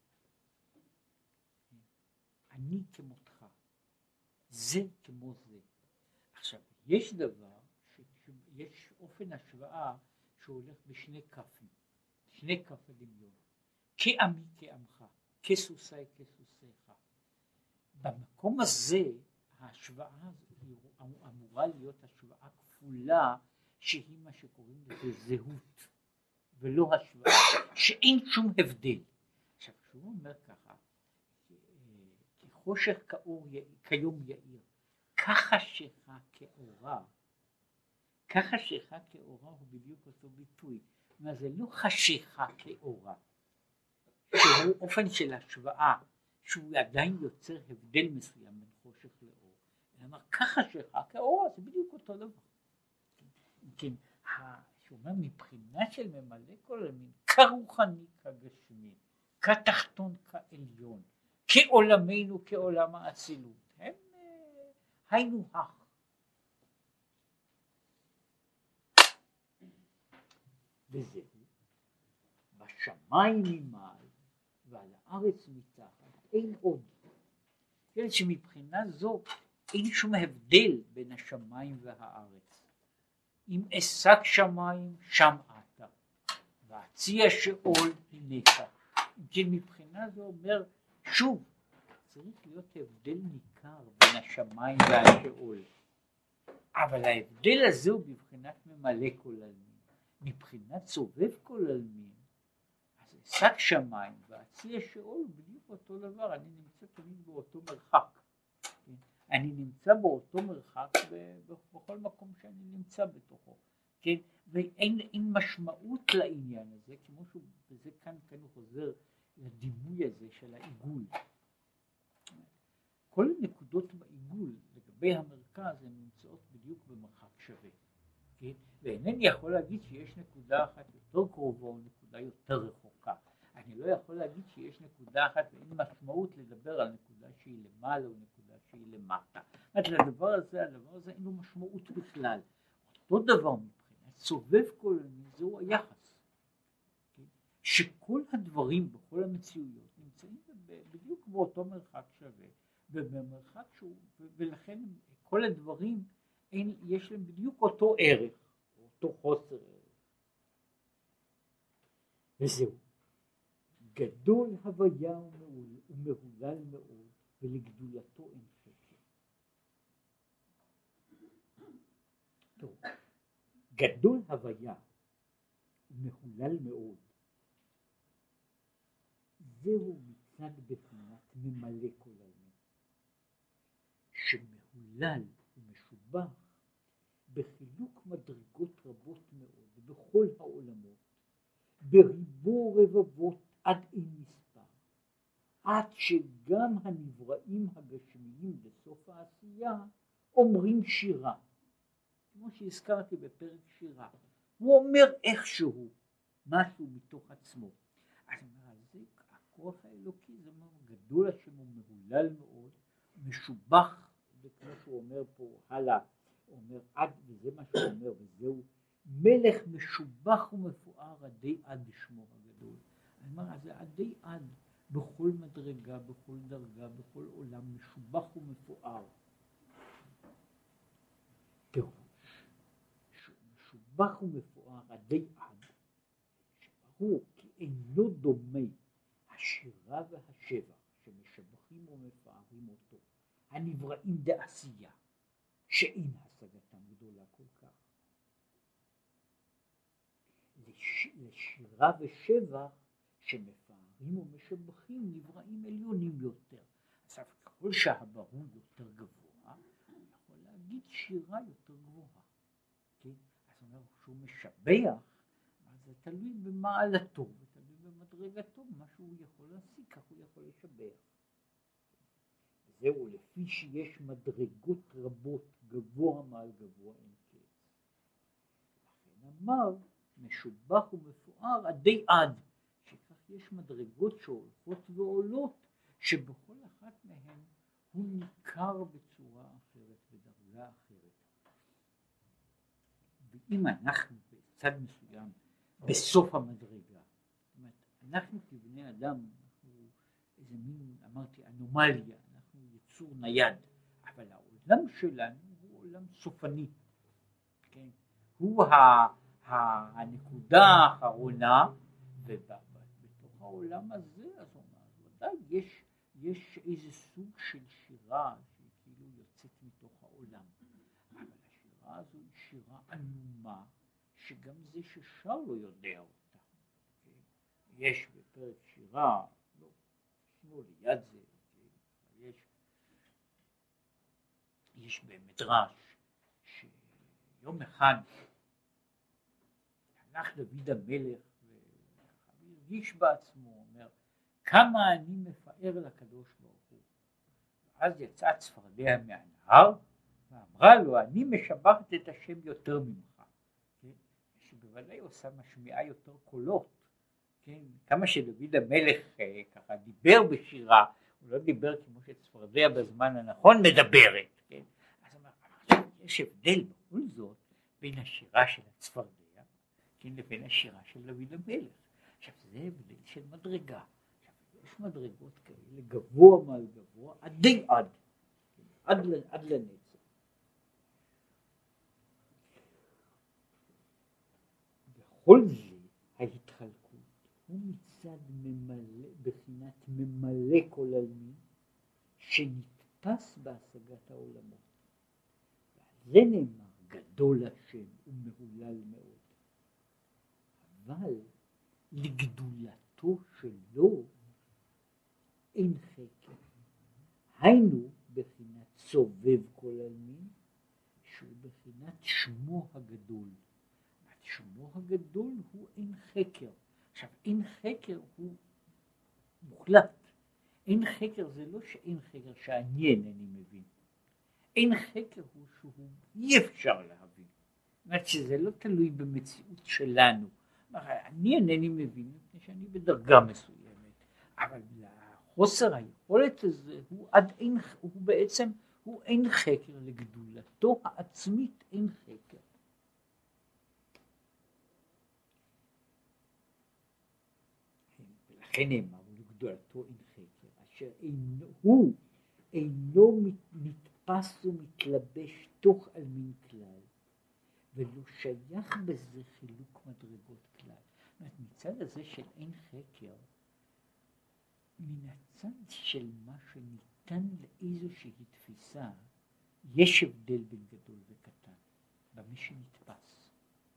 אני כמותך, זה כמו זה. עכשיו, יש דבר, יש אופן השוואה שהולך בשני כפים, שני כף הדמיון. כעמי כעמך, כסוסי כסוסיך. במקום הזה, ההשוואה אמורה להיות השוואה כפולה, שהיא מה שקוראים לזה זהות, ולא השוואה, שאין שום הבדל. עכשיו, כשהוא אומר ככה, כחושך כאור כיום יאיר, כחשיך כאורה, כחשיך כאורה הוא בדיוק אותו ביטוי. מה זה לא חשיכה כאורה, שהוא אופן של השוואה, שהוא עדיין יוצר הבדל מסוים בין חושך לאור. כלומר, כחשיכה כאורה זה בדיוק אותו דבר. כן, שאומר מבחינה של ממלא כל עלמין, כרוחני כגשמי, כתחתון כעליון, כעולמנו כעולם האצילות, הם היינו הך. וזהו, בשמיים ממעל ועל הארץ מתחת אין עוד. כן, שמבחינה זו אין שום הבדל בין השמיים והארץ. אם אשק שמיים שם אתה, והציע שאול הנך. כן, מבחינה זו אומר, שוב, צריך להיות הבדל ניכר בין השמיים והשאול. אבל ההבדל הזה הוא בבחינת ממלא כל עלמין. מבחינת סובב כל עלמין, אז אשק שמיים והציע שאול בדיוק אותו דבר. אני נמצא תמיד באותו מרחק. כן? אני נמצא באותו מרחק בכל מקום שאני נמצא בתוכו. כן? ואין משמעות לעניין הזה, כמו שזה כאן הוא חוזר לדימוי הזה של העיגול. כל הנקודות בעיגול לגבי המרכז הן נמצאות בדיוק במרחק שווה. כן? ואינני יכול להגיד שיש נקודה אחת יותר קרובה או נקודה יותר רחוקה. אני לא יכול להגיד שיש נקודה אחת ואין משמעות לדבר על נקודה שהיא למעלה או נקודה שהיא למטה. הדבר הזה אין לו משמעות בכלל. אותו דבר מבחינת סובב כל עלמין זהו היחס. כן? שכל הדברים בכל המציאויות נמצאים בדיוק באותו מרחק שווה. ובמרחק שהוא, ולכן כל הדברים יש להם בדיוק אותו ערך, אותו חוסר ערך. וזהו. גדול הוויה ומהולל מאוד, ולגדולתו אין חקר. טוב. גדול הוויה ומהולל מאוד, זהו מצד בחינת ממלא כל עלמין, שמהולל ומשובח בחילוק מדרגות רבות מאוד בכל העולמות, בריבו רבבות עד אין מספר, עד שגם הנבראים הגשמיים בסוף העשייה אומרים שירה, כמו שהזכרתי בפרק שירה. הוא אומר איכשהו משהו מתוך עצמו. אז זה הכוח האלוקי, זה אומר גדול השם ומהולל מאוד, משובח, וכמו שהוא אומר פה הלאה, הוא אומר עד, וזה מה שהוא אומר, וזהו מלך משובח ומפואר עדי עד שמו הגדול. אני אומר, אז זה עדי עד בכל מדרגה, בכל דרגה, בכל עולם, משובח ומפואר. משובח ומפואר עדי עד, שברור כי אינו דומה השירה והשבח שמשבחים ומפארים אותו, הנבראים דעשייה, שאין השגתם גדולה כל כך. לשירה ושבח שמפארים ומשבחים נבראים עליונים יותר. עכשיו, ככל שהברור יותר גבוה, הוא יכול להגיד שירה יותר גבוהה. כן? אז הוא אומר, שהוא משבח, זה תלוי במעלתו, תלוי במדרגתו, מה שהוא יכול להשיג, כך הוא יכול לשבח. זהו, לפי שיש מדרגות רבות, גבוה מעל גבוה אין קץ. לכן אמר, משובח ומפואר עדי עד, שכך יש מדרגות שהולכות ועולות, שבכל אחת מהן הוא ניכר בצורה אחרת, בדרגה אחרת. ואם אנחנו בצד מסוים, בסוף המדרגה, זאת אומרת, אנחנו כבני אדם, אנחנו איזה מין, אמרתי, אנומליה, אנחנו יצור נייד, אבל העולם שלנו הוא עולם סופני, כן? הוא הנקודה האחרונה, ובתוך העולם הזה, אז ודאי יש איזה סוג של שירה שכאילו יוצאת מתוך העולם, אבל השירה הזו היא שירה עלומה, שגם זה ששר לא יודע אותה. כן? יש בפרק שירה, לא, לא ליד זה, כן? יש במדרש שיום אחד הלך דוד המלך והרגיש בעצמו, אומר, כמה אני מפאר לקדוש ברוך הוא. ואז יצאה צפרדע מהנהר ואמרה לו, אני משבחת את השם יותר ממך. כן? שבוודאי עושה משמיעה יותר קולות. כן? כמה שדוד המלך ככה דיבר בשירה, הוא לא דיבר כמו שצפרדע בזמן הנכון מדברת. כן? אז אמרתי, יש הבדל בכל זאת בין השירה של הצפרדע, כן, לבין השירה של דוד המלך. עכשיו זה הבדל של מדרגה. עכשיו יש מדרגות כאלה, גבוה מעל גבוה, עד לנצח. בכל זה ההתחלקות הוא מצד ממלא, בחינת ממלא כל עלמין, שנתפס בהשגת העולמות. ועל זה נאמר גדול השם ומהולל מאוד. אבל לגדולתו שלו אין חקר. היינו בחינת סובב כל עלמין, שהוא בחינת שמו הגדול. שמו הגדול הוא אין חקר. עכשיו אין חקר הוא מוחלט. אין חקר זה לא שאין חקר שאני אינני מבין. אין חקר הוא שהוא אי אפשר להבין. זאת אומרת שזה לא תלוי במציאות שלנו. אני אינני מבין מפני שאני בדרגה מסוימת, אבל חוסר היכולת הזה הוא בעצם אין חקר, לגדולתו העצמית אין חקר. ולכן נאמר לגדולתו אין חקר, אשר הוא אינו נתפס ומתלבש תוך עלמין כלל, ולא שייך בזה חילוק מדרגות כלל. זאת אומרת, מצד הזה של אין חקר, מן הצד של מה שניתן לאיזושהי תפיסה, יש הבדל בין גדול וקטן, במה שנתפס.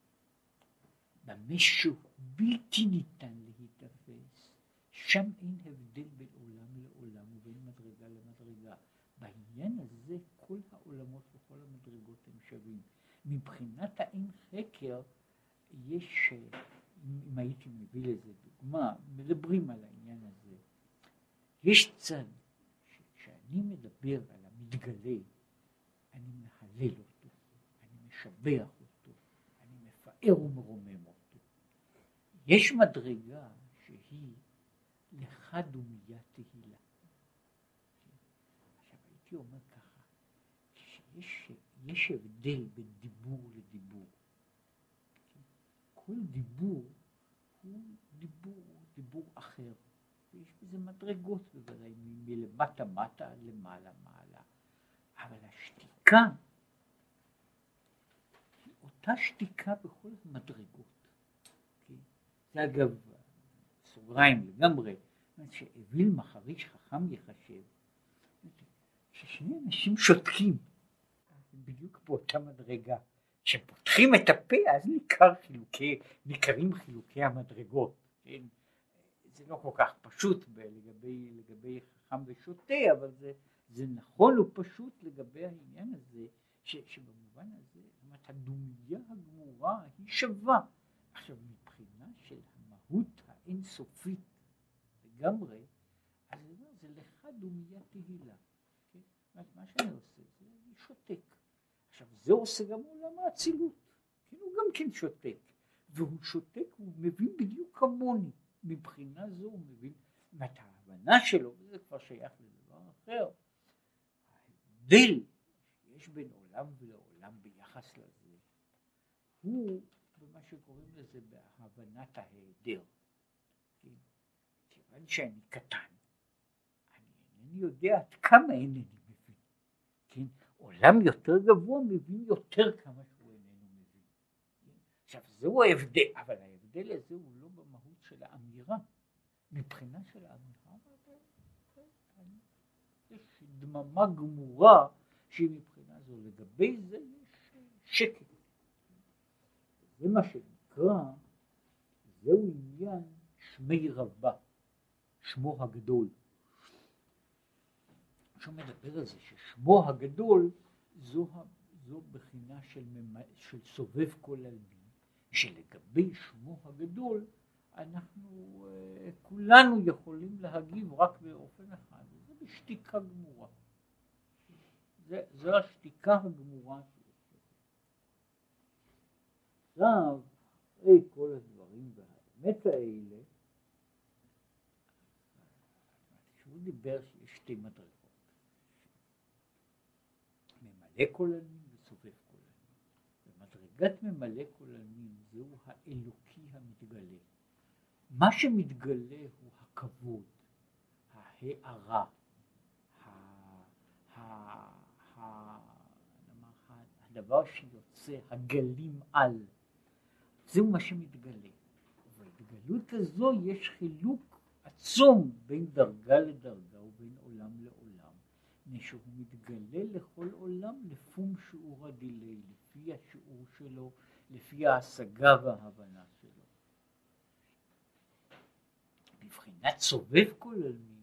במה שהוא בלתי ניתן להתאפס, שם אין הבדל בין עולם לעולם ובין מדרגה למדרגה. בעניין הזה כל העולמות וכל המדרגות הם שווים. מבחינת האין חקר יש, אם הייתי מביא לזה דוגמה, מדברים על העניין הזה. יש צד שכשאני מדבר על המתגלה, אני מהלל אותו, אני משבח אותו, אני מפאר ומרומם אותו. יש מדרגה שהיא לך דומיה תהילה. עכשיו הייתי אומר ככה, שיש הבדל בין דיבור לדיבור. כל דיבור הוא דיבור אחר. ויש בזה מדרגות בוודאי, מלמטה מטה עד למעלה מעלה. אבל השתיקה, אותה שתיקה בכל המדרגות. זה אגב, סוגריים לגמרי, שאוויל מחריש חכם יחשב, ששני אנשים שותקים, בדיוק באותה מדרגה. כשפותחים את הפה, אז ניכרים חילוקי המדרגות. כן? זה לא כל כך פשוט לגבי חכם ושוטה, אבל זה נכון ופשוט לגבי העניין הזה, שבמובן הזה, הדומיה הגמורה היא שווה. עכשיו, מבחינה של המהות האינסופית לגמרי, אז זה לך דומיה תהילה. כן? מה שאני עושה, זה אני שותק. עכשיו, זה עושה גם עולם האצילות. כן, הוא גם כן שותק. והוא שותק, הוא מבין בדיוק כמוני. מבחינה זו הוא מבין, ואת ההבנה שלו, וזה כבר שייך לדבר אחר, ההבדל שיש בין עולם ולעולם ביחס לזה, הוא במה שקוראים לזה בהבנת ההיעדר. כן? כיוון שאני קטן, אני אינני יודע עד כמה אינני מבין. כן? עולם יותר גבוה מבין יותר כמה שהוא איננו מבין. כן? עכשיו זהו ההבדל, אבל ההבדל הזה הוא לא במהות של האמירה. מבחינה של האמירה, יש דממה גמורה שהיא מבחינה זו. לגבי זה יש שקט. זה מה שנקרא, זהו עניין שמי רבה, שמו הגדול. שהוא מדבר על זה ששמו הגדול זו בחינה של סובב כל עלמין, שלגבי שמו הגדול אנחנו כולנו יכולים להגיב רק באופן אחד, זה בשתיקה גמורה. זו השתיקה הגמורה. עכשיו, אחרי כל הדברים והאמת האלה, שהוא דיבר שיש שתי מדרגות. ממלא כל עלמין וסובב כל עלמין. ומדרגת ממלא כל עלמין זהו האלוקי המתגלה. מה שמתגלה הוא הכבוד, ההארה, הדבר שיוצא, הגלים על. זהו מה שמתגלה. ובהתגלות הזו יש חילוק עצום בין דרגה לדרגה ובין עולם לעולם. שהוא מתגלה לכל עולם לפום שיעור הדילי, לפי השיעור שלו, לפי ההשגה וההבנה שלו. בבחינת סובב כל עלמין,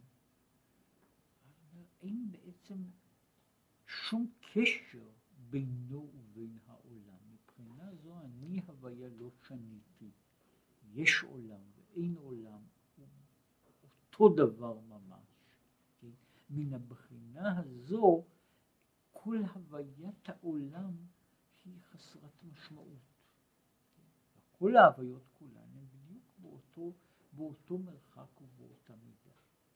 אין בעצם שום קשר בינו ובין העולם. מבחינה זו אני הוויה לא שניתי. יש עולם ואין עולם, הוא אותו דבר ממש. כן? מן הבחינה הזו, כל הוויית העולם היא חסרת משמעות. כן? כל ההוויות כולן הן בדיוק באותו מרחק ובאותה מידה.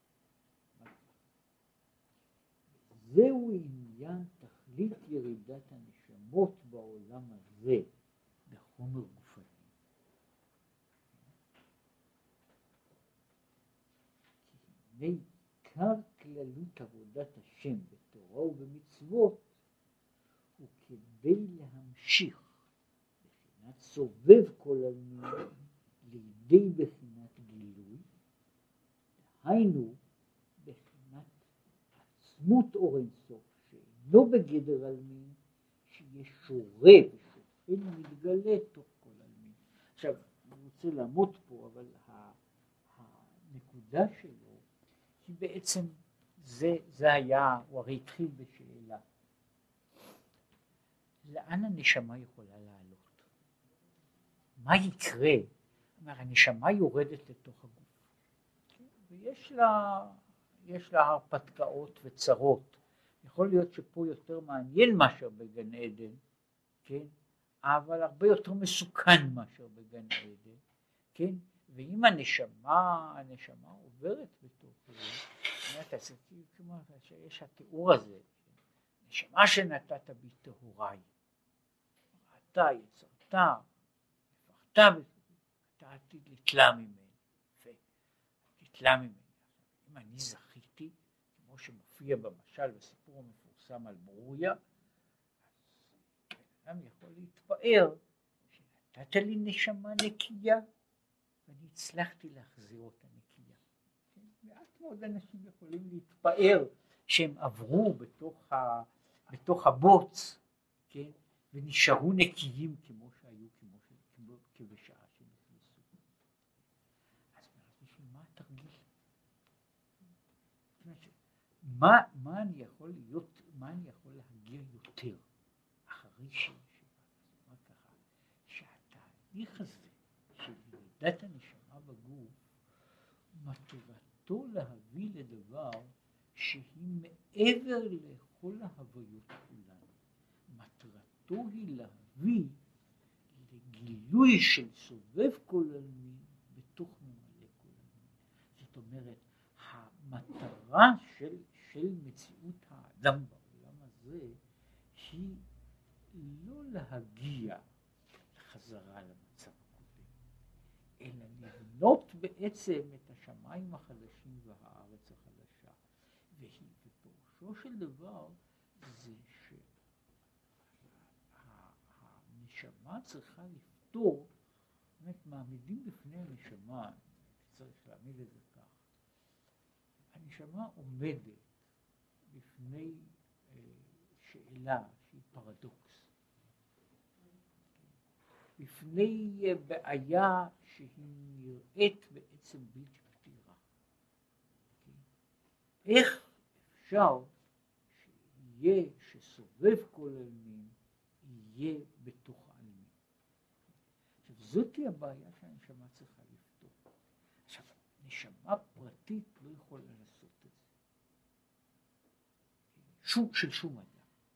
זהו עניין תכלית ירידת הנשמות בעולם הזה בחומר גופני. כי הנה עיקר כללות עבודת השם בתורה ובמצוות הוא כדי להמשיך בחינת סובב כל עלמין לידי בחינת גילוי, היינו בחינת עצמות אור אינסוף שאינו בגדר עלמין, שיש שורה ושוכן ומתגלה תוך כל עלמין. עכשיו אני רוצה לעמוד פה, אבל הנקודה שלו היא בעצם זה היה, הוא הרי התחיל בשאלה לאן הנשמה יכולה לעלות, מה יקרה. אומר, הנשמה יורדת לתוך הגוף, ויש לה הרפתקאות וצרות. יכול להיות שפה יותר מעניין מאשר בגן עדן, כן? אבל הרבה יותר מסוכן מאשר בגן עדן, כן? ואם הנשמה עוברת בתוך זה, כמו שיש התיאור הזה, נשמה שנתת בי טהוריי, ראתה יצרתה, הפכתה אתה עתיד לתלה ממני, תתלה ממני. אם אני זכיתי, כמו שמופיע במשל בסיפור המפורסם על ברוריה, אז אדם יכול להתפאר שנתת לי נשמה נקייה ואני הצלחתי להחזיר אותה נקייה. מעט מאוד אנשים יכולים להתפאר שהם עברו בתוך הבוץ, כן? ונשארו נקיים כמו שהיו, כבשעה שנכנסו. אז בשביל מה התרגיל? מה אני יכול להגיע יותר אחרי שהתהליך הזה של ירידת הנשמה בגוף מטרתו להביא לדבר שהיא מעבר לכל ההוויות כולן. מטרתו היא להביא לגילוי של סובב כל עלמין בתוך ממלא כל אומרת, המטרה של מציאות האדם בעולם הזה היא לא להגיע חזרה למצב הקודם, אלא לבנות בעצם את השמיים החדשים והארץ החדשה. ופירושו של דבר זה שהנשמה צריכה לפתור, באמת מעמידים בפני הנשמה, צריך להעמיד את זה כך, הנשמה עומדת בפני שאלה שהיא פרדוקס, בפני בעיה שהיא נראית בעצם בלתי פתירה. איך אפשר שיהיה שסובב כל העלמין יהיה בתוך העלמין? עכשיו זאת היא הבעיה שהנשמה צריכה לפתור. עכשיו נשמה פרטית לא יכולה לעשות את זה, של שום אדם.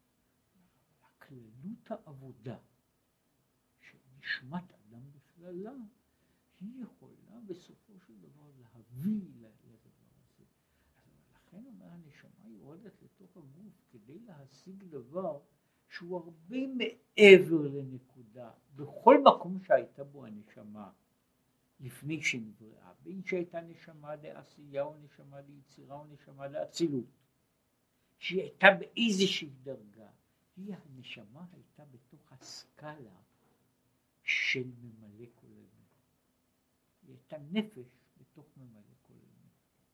הכללות העבודה של נשמת אדם בכללה היא יכולה בסופו של דבר להביא לדבר הזה. לכן אומר הנשמה יורדת לתוך הגוף כדי להשיג דבר שהוא הרבה מעבר לנקודה בכל מקום שהייתה בו הנשמה לפני שנבראה, בין שהייתה נשמה לעשייה או נשמה ליצירה או נשמה לאצילות, שהיא הייתה באיזושהי דרגה, היא הנשמה הייתה בתוך הסקאלה של ממלא כל אלמין. היא הייתה נפש בתוך ממלא כל אלמין.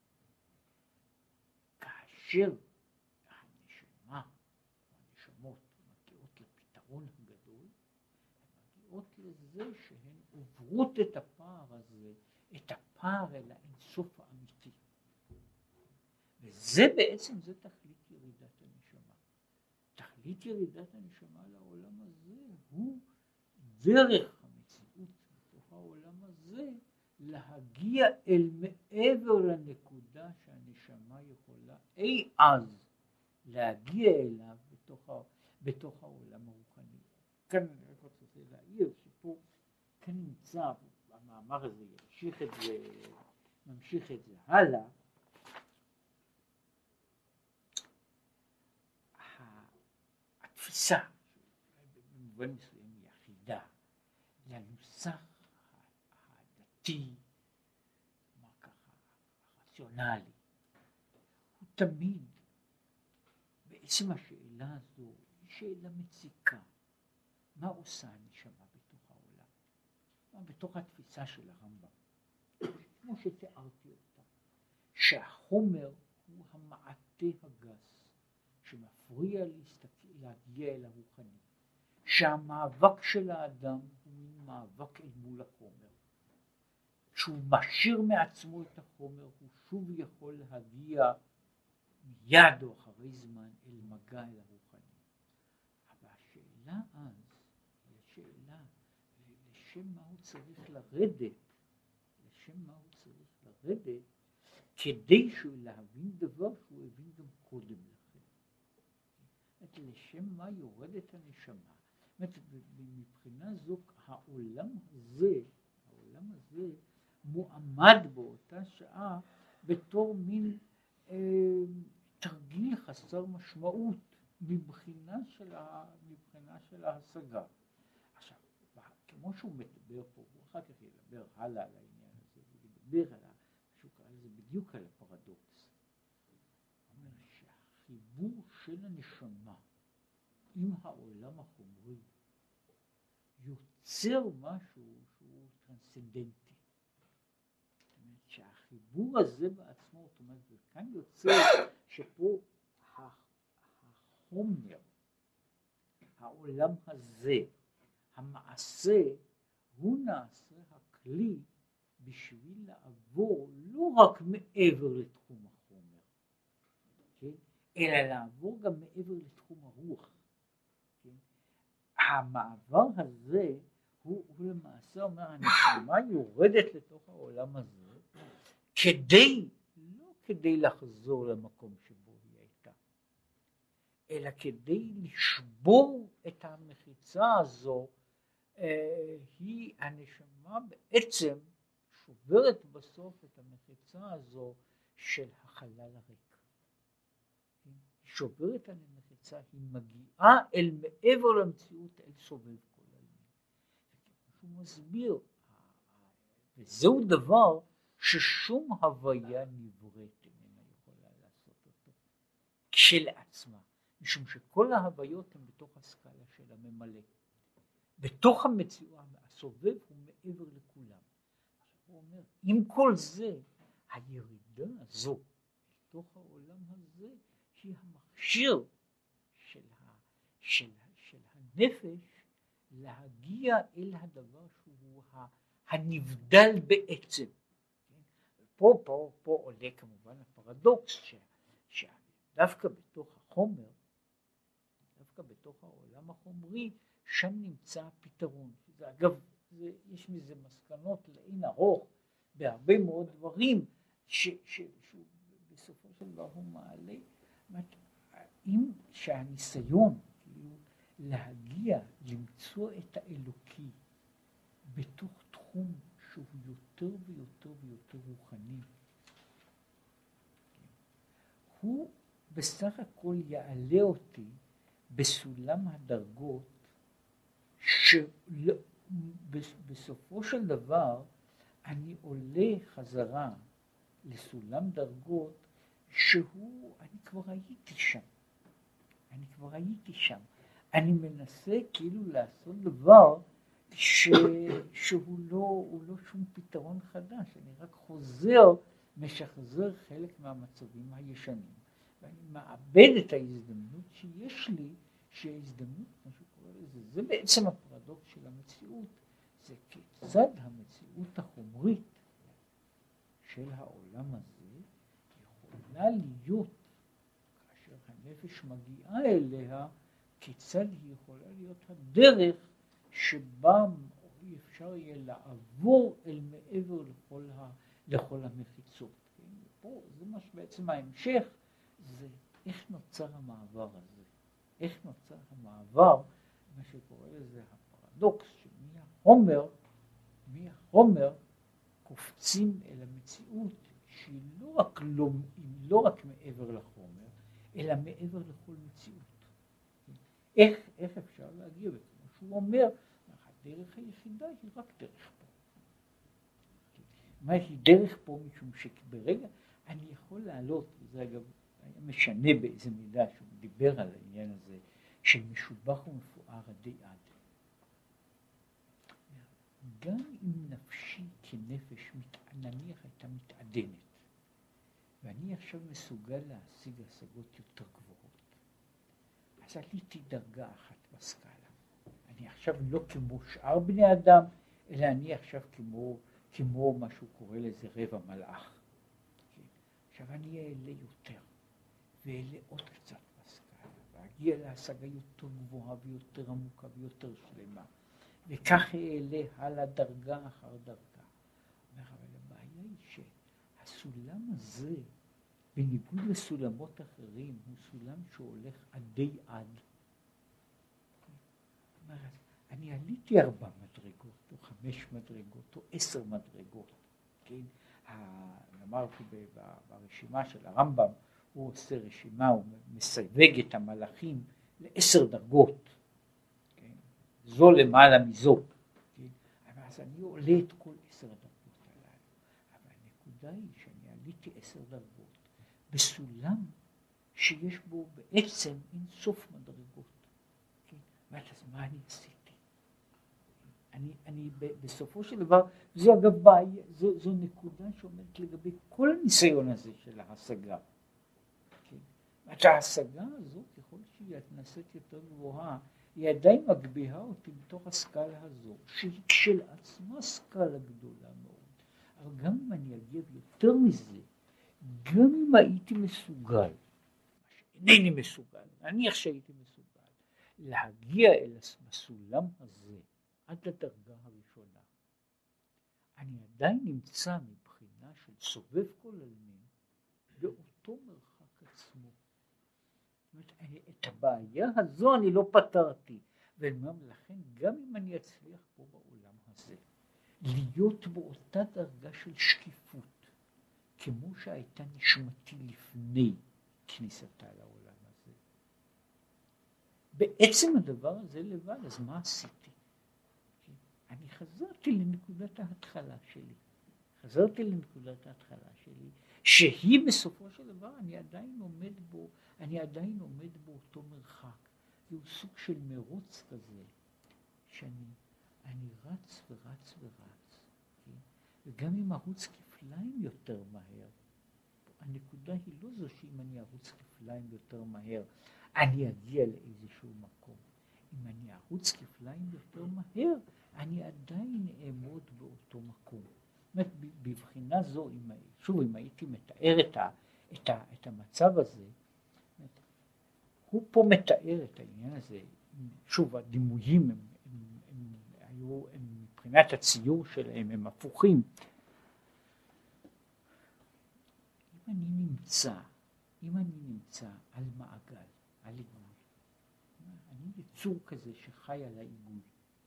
כאשר הנשמה או הנשמות מגיעות לפתרון הגדול, הן מגיעות לזה שהן עוברות את הפער הזה, את הפער אל האינסוף האמיתי. וזה בעצם, זה תכלית ירידת הנשמה. תכלית ירידת הנשמה לעולם הזה הוא דרך המציאות בתוך העולם הזה להגיע אל מעבר לנקודה שהנשמה יכולה אי אז להגיע אליו בתוך העולם הרוחני. כאן אני רוצה להעיר שפה כאן נמצא, המאמר הזה ממשיך את זה הלאה. התפיסה במובן מסוים היא יחידה לנוסח הדתי, מה ככה, הרציונלי, הוא תמיד בעצם השאלה הזו היא שאלה מציקה. מה עושה הנשמה בתוך העולם? בתוך התפיסה של הרמב"ם, כמו שתיארתי אותה, שהחומר הוא המעטה הגס שמפריע להגיע אל הרוחני, שהמאבק של האדם הוא מין מאבק אל מול החומר, שהוא משאיר מעצמו את החומר, הוא שוב יכול להגיע מיד או אחרי זמן אל מגע אל הרוחני. אבל השאלה אז היא השאלה לשם מה הוא צריך לרדת, כדי שהוא להבין דבר שהוא הבין גם קודם לכן. לשם מה יורדת הנשמה? מבחינה זו העולם הזה מועמד באותה שעה בתור מין תרגיל חסר משמעות מבחינה של ההשגה. עכשיו, כמו שהוא מדבר פה, הוא אחר כך ידבר הלאה על העניין הזה, הוא ידבר על שהוא קרא לזה בדיוק על הפרדוקס. הוא אומר שהחיבור של הנשמה עם העולם החומרי יוצר משהו שהוא טרנסצנדנטי. זאת אומרת שהחיבור הזה בעצמו, זאת אומרת, וכאן יוצר שפה החומר, העולם הזה, המעשה, הוא נעשה הכלי בשביל לעבור לא רק מעבר לתחום החומר, כן? אלא לעבור גם מעבר לתחום הרוח. כן? המעבר הזה הוא למעשה אומר, הנשמה יורדת לתוך העולם הזה לא כדי לחזור למקום שבו היא הייתה, אלא כדי לשבור את המחיצה הזו. היא הנשמה בעצם שוברת בסוף את המחיצה הזו של החלל הריק. היא שוברת על המחיצה, היא מגיעה אל מעבר למציאות, אל סובב כל העניין. הוא מסביר, וזהו דבר ששום הוויה נבראת איננה יכולה לעשות אותו כשלעצמה, משום שכל ההוויות הן בתוך הסקאלה של הממלא. בתוך המציאות, הסובב הוא מעבר לכולם. הוא אומר, עם כל זה, הירידה הזו, בתוך העולם הזה, היא המכשיר של הנפש להגיע אל הדבר שהוא הנבדל בעצם. פה עולה כמובן הפרדוקס שדווקא בתוך החומר, דווקא בתוך העולם החומרי, שם נמצא הפתרון. אגב, יש מזה מסקנות לאין ארוך בהרבה מאוד דברים שבסופו של דבר הוא מעלה, אם שהניסיון להגיע, למצוא את האלוקי בתוך תחום שהוא יותר ויותר ויותר רוחני, הוא בסך הכל יעלה אותי בסולם הדרגות שבסופו של דבר אני עולה חזרה לסולם דרגות שהוא, אני כבר הייתי שם. אני מנסה כאילו לעשות דבר שהוא לא שום פתרון חדש, אני רק משחזר חלק מהמצבים הישנים, ואני מאבד את ההזדמנות שיש לי, שההזדמנות, מה שקורא לזה, זה בעצם הפרדוקס של המציאות, זה כיצד המציאות החומרית של העולם הזה יכולה להיות, כאשר הנפש מגיעה אליה, כיצד היא יכולה להיות הדרך שבה אפשר יהיה לעבור אל מעבר לכל המחיצות. פה זה מה שבעצם ההמשך, זה איך נוצר המעבר הזה. איך נוצר המעבר, מה שקורא לזה הפרדוקס, שמהחומר קופצים אל המציאות שהיא לא רק מעבר לחומר, אלא מעבר לכל מציאות. איך אפשר להגיע? כמו שהוא אומר, הדרך היחידה היא רק דרך פה. מה היא דרך פה? משום שברגע אני יכול לעלות, וזה אגב היה משנה באיזה מידה שהוא דיבר על העניין הזה, של משובח ומפואר עדי עד. גם אם נפשי כנפש נניח הייתה מתעדנת, ואני עכשיו מסוגל להשיג השגות יותר גבוהות, אז עליתי דרגה אחת בסקאלה. אני עכשיו לא כמו שאר בני אדם, אלא אני עכשיו כמו מה שהוא קורא לזה רבע מלאך. עכשיו אני אעלה יותר, ואעלה עוד קצת בסקאלה, ואגיע להשגה יותר גבוהה ויותר עמוקה ויותר שלמה, וכך אעלה הלאה דרגה אחר דרגה. אבל הבעיה היא שהסולם הזה, בניגוד לסולמות אחרים, הוא סולם שהולך עדי עד. אני עליתי 4 מדרגות, או 5 מדרגות, או 10 מדרגות. כן? אמרתי ברשימה של הרמב"ם, הוא עושה רשימה, הוא מסווג את המלאכים ל10 דרגות. כן? זו למעלה מזו. כן? אז אני עולה את כל 10 הדרגות הללו. אבל הנקודה היא שאני עליתי 10 דרגות. בסולם שיש בו בעצם אין סוף מדרגות. כן? אז מה אני עשיתי? אני בסופו של דבר, זו אגב בעיה, זו נקודה שעומדת לגבי כל הניסיון הזה של ההשגה. כן? ההשגה הזו, ככל שהיא נעשית יותר גבוהה, היא עדיין מגביהה אותי בתוך הסקאלה הזו, שהיא כשלעצמה סקאלה גדולה מאוד. אבל גם אם אני אגיע יותר מזה, גם אם הייתי מסוגל, אינני מסוגל, נניח שהייתי מסוגל, להגיע אל הסולם הזה עד לדרגה הראשונה, אני עדיין נמצא מבחינה של סובב כל עלמין באותו מרחק עצמו. זאת אומרת, את הבעיה הזו אני לא פתרתי, ולכן גם אם אני אצליח פה בעולם הזה להיות באותה דרגה של שקיפות, כמו שהייתה נשמתי לפני כניסתה לעולם הזה. בעצם הדבר הזה לבד, אז מה עשיתי? אני חזרתי לנקודת ההתחלה שלי. שהיא בסופו של דבר אני עדיין עומד באותו מרחק. זהו סוג של מרוץ כזה, שאני רץ ורץ ורץ, כן? וגם אם ארוץ כפליים יותר מהר, הנקודה היא לא זו שאם אני ארוץ כפליים יותר מהר, אני אגיע לאיזשהו מקום. אם אני ארוץ כפליים יותר מהר, אני עדיין אעמוד באותו מקום. בבחינה זו, אם הייתי מתאר את המצב הזה, הוא פה מתאר את העניין הזה, שוב הדימויים הם מבחינת הציור שלהם הם הפוכים. אם אני נמצא על מעגל, על עיגול, אני יצור כזה שחי על העיגול,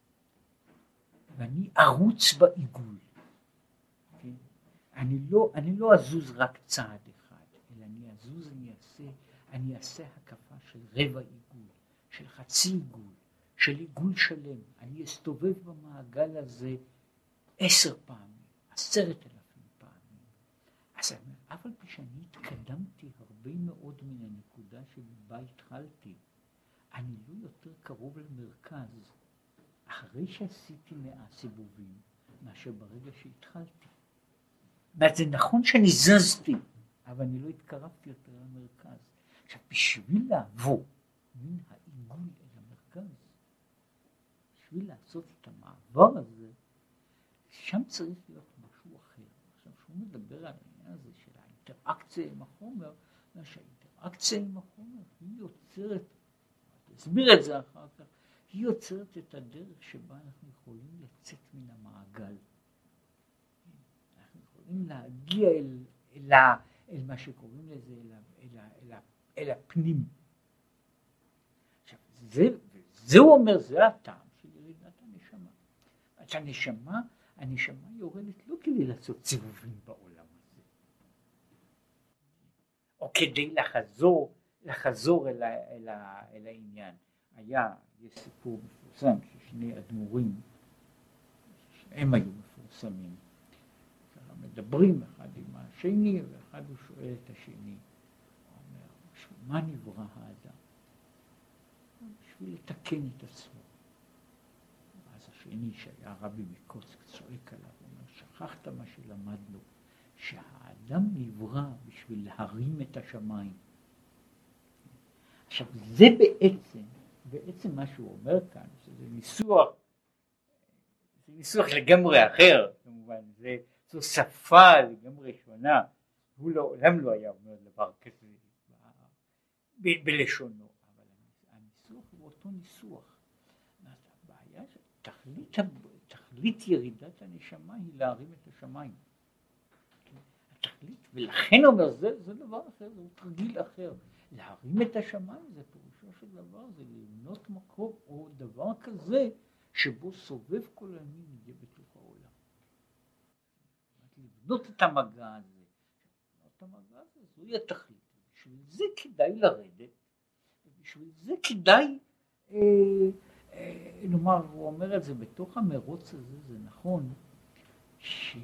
ואני ארוץ בעיגול, כן? אני לא אזוז רק צעד אחד, אלא אני אעשה הקפה של רבע עיגול, של חצי עיגול, של עיגול שלם. אני אסתובב במעגל הזה 10 פעמים, 10,000 פעמים. אז אף על פי שאני התקדמתי הרבה מאוד מן הנקודה שבה התחלתי, אני לא יותר קרוב למרכז אחרי שעשיתי 100 סיבובים מאשר ברגע שהתחלתי. זה נכון שאני זזתי, אבל אני לא התקרבתי יותר למרכז. עכשיו, בשביל לעבור מן העיגול אל המרכז, בשביל לעשות את המעבר הזה, שם צריך להיות משהו אחר. עכשיו, שהוא מדבר על העניין הזה של האינטראקציה עם החומר, שהאינטראקציה עם החומר היא יוצרת, תסביר את זה אחר כך, היא יוצרת את הדרך שבה אנחנו יכולים לצאת מן המעגל. אנחנו יכולים להגיע אל מה שקוראים לזה, אל הפנים. עכשיו, זה הוא אומר, זה הטעם של ירידת הנשמה. את הנשמה יורדת לא כדי לעשות סיבובים בעולם הזה, או כדי לחזור אל העניין. יש סיפור מפורסם ששני אדמו"רים, הם היו מפורסמים, מדברים אחד עם השני, ואחד הוא שואל את השני, הוא אומר, מה נברא האדם? בשביל לתקן את עצמו. אז השני שהיה רבי מקוצק צועק עליו, הוא אומר, שכחת מה שלמדנו, שהאדם נברא בשביל להרים את השמיים. עכשיו זה בעצם מה שהוא אומר כאן, שזה ניסוח לגמרי אחר, כמובן, זו שפה לגמרי שונה, הוא לעולם לא היה אומר דבר כזה בלשונו, אבל הניסוח הוא אותו ניסוח. הבעיה תכלית ירידת הנשמה היא להרים את השמיים. התכלית, ולכן אומר, זה דבר אחר, זה תרגיל אחר. להרים את השמיים זה פירושו של דבר, זה לבנות מקום או דבר כזה שבו סובב כל העמים יהיה בתוך העולם. לבנות את המגע הזה, זוהי התכלית. בשביל זה כדאי לרדת, ובשביל זה כדאי, נאמר, הוא אומר את זה, בתוך המרוץ הזה, זה נכון, שזה,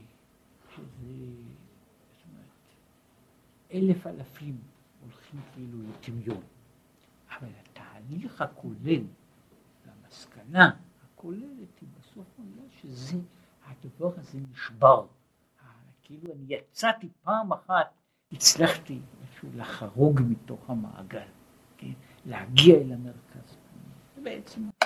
זאת אומרת, 1,000 אלפים הולכים כאילו לטמיון, אבל התהליך הכולל, והמסקנה הכוללת היא בסוף עולה שזה, הדבר הזה נשבר. כאילו אני יצאתי פעם אחת, הצלחתי לחרוג מתוך המעגל, כן? להגיע אל המרכז. זה בעצם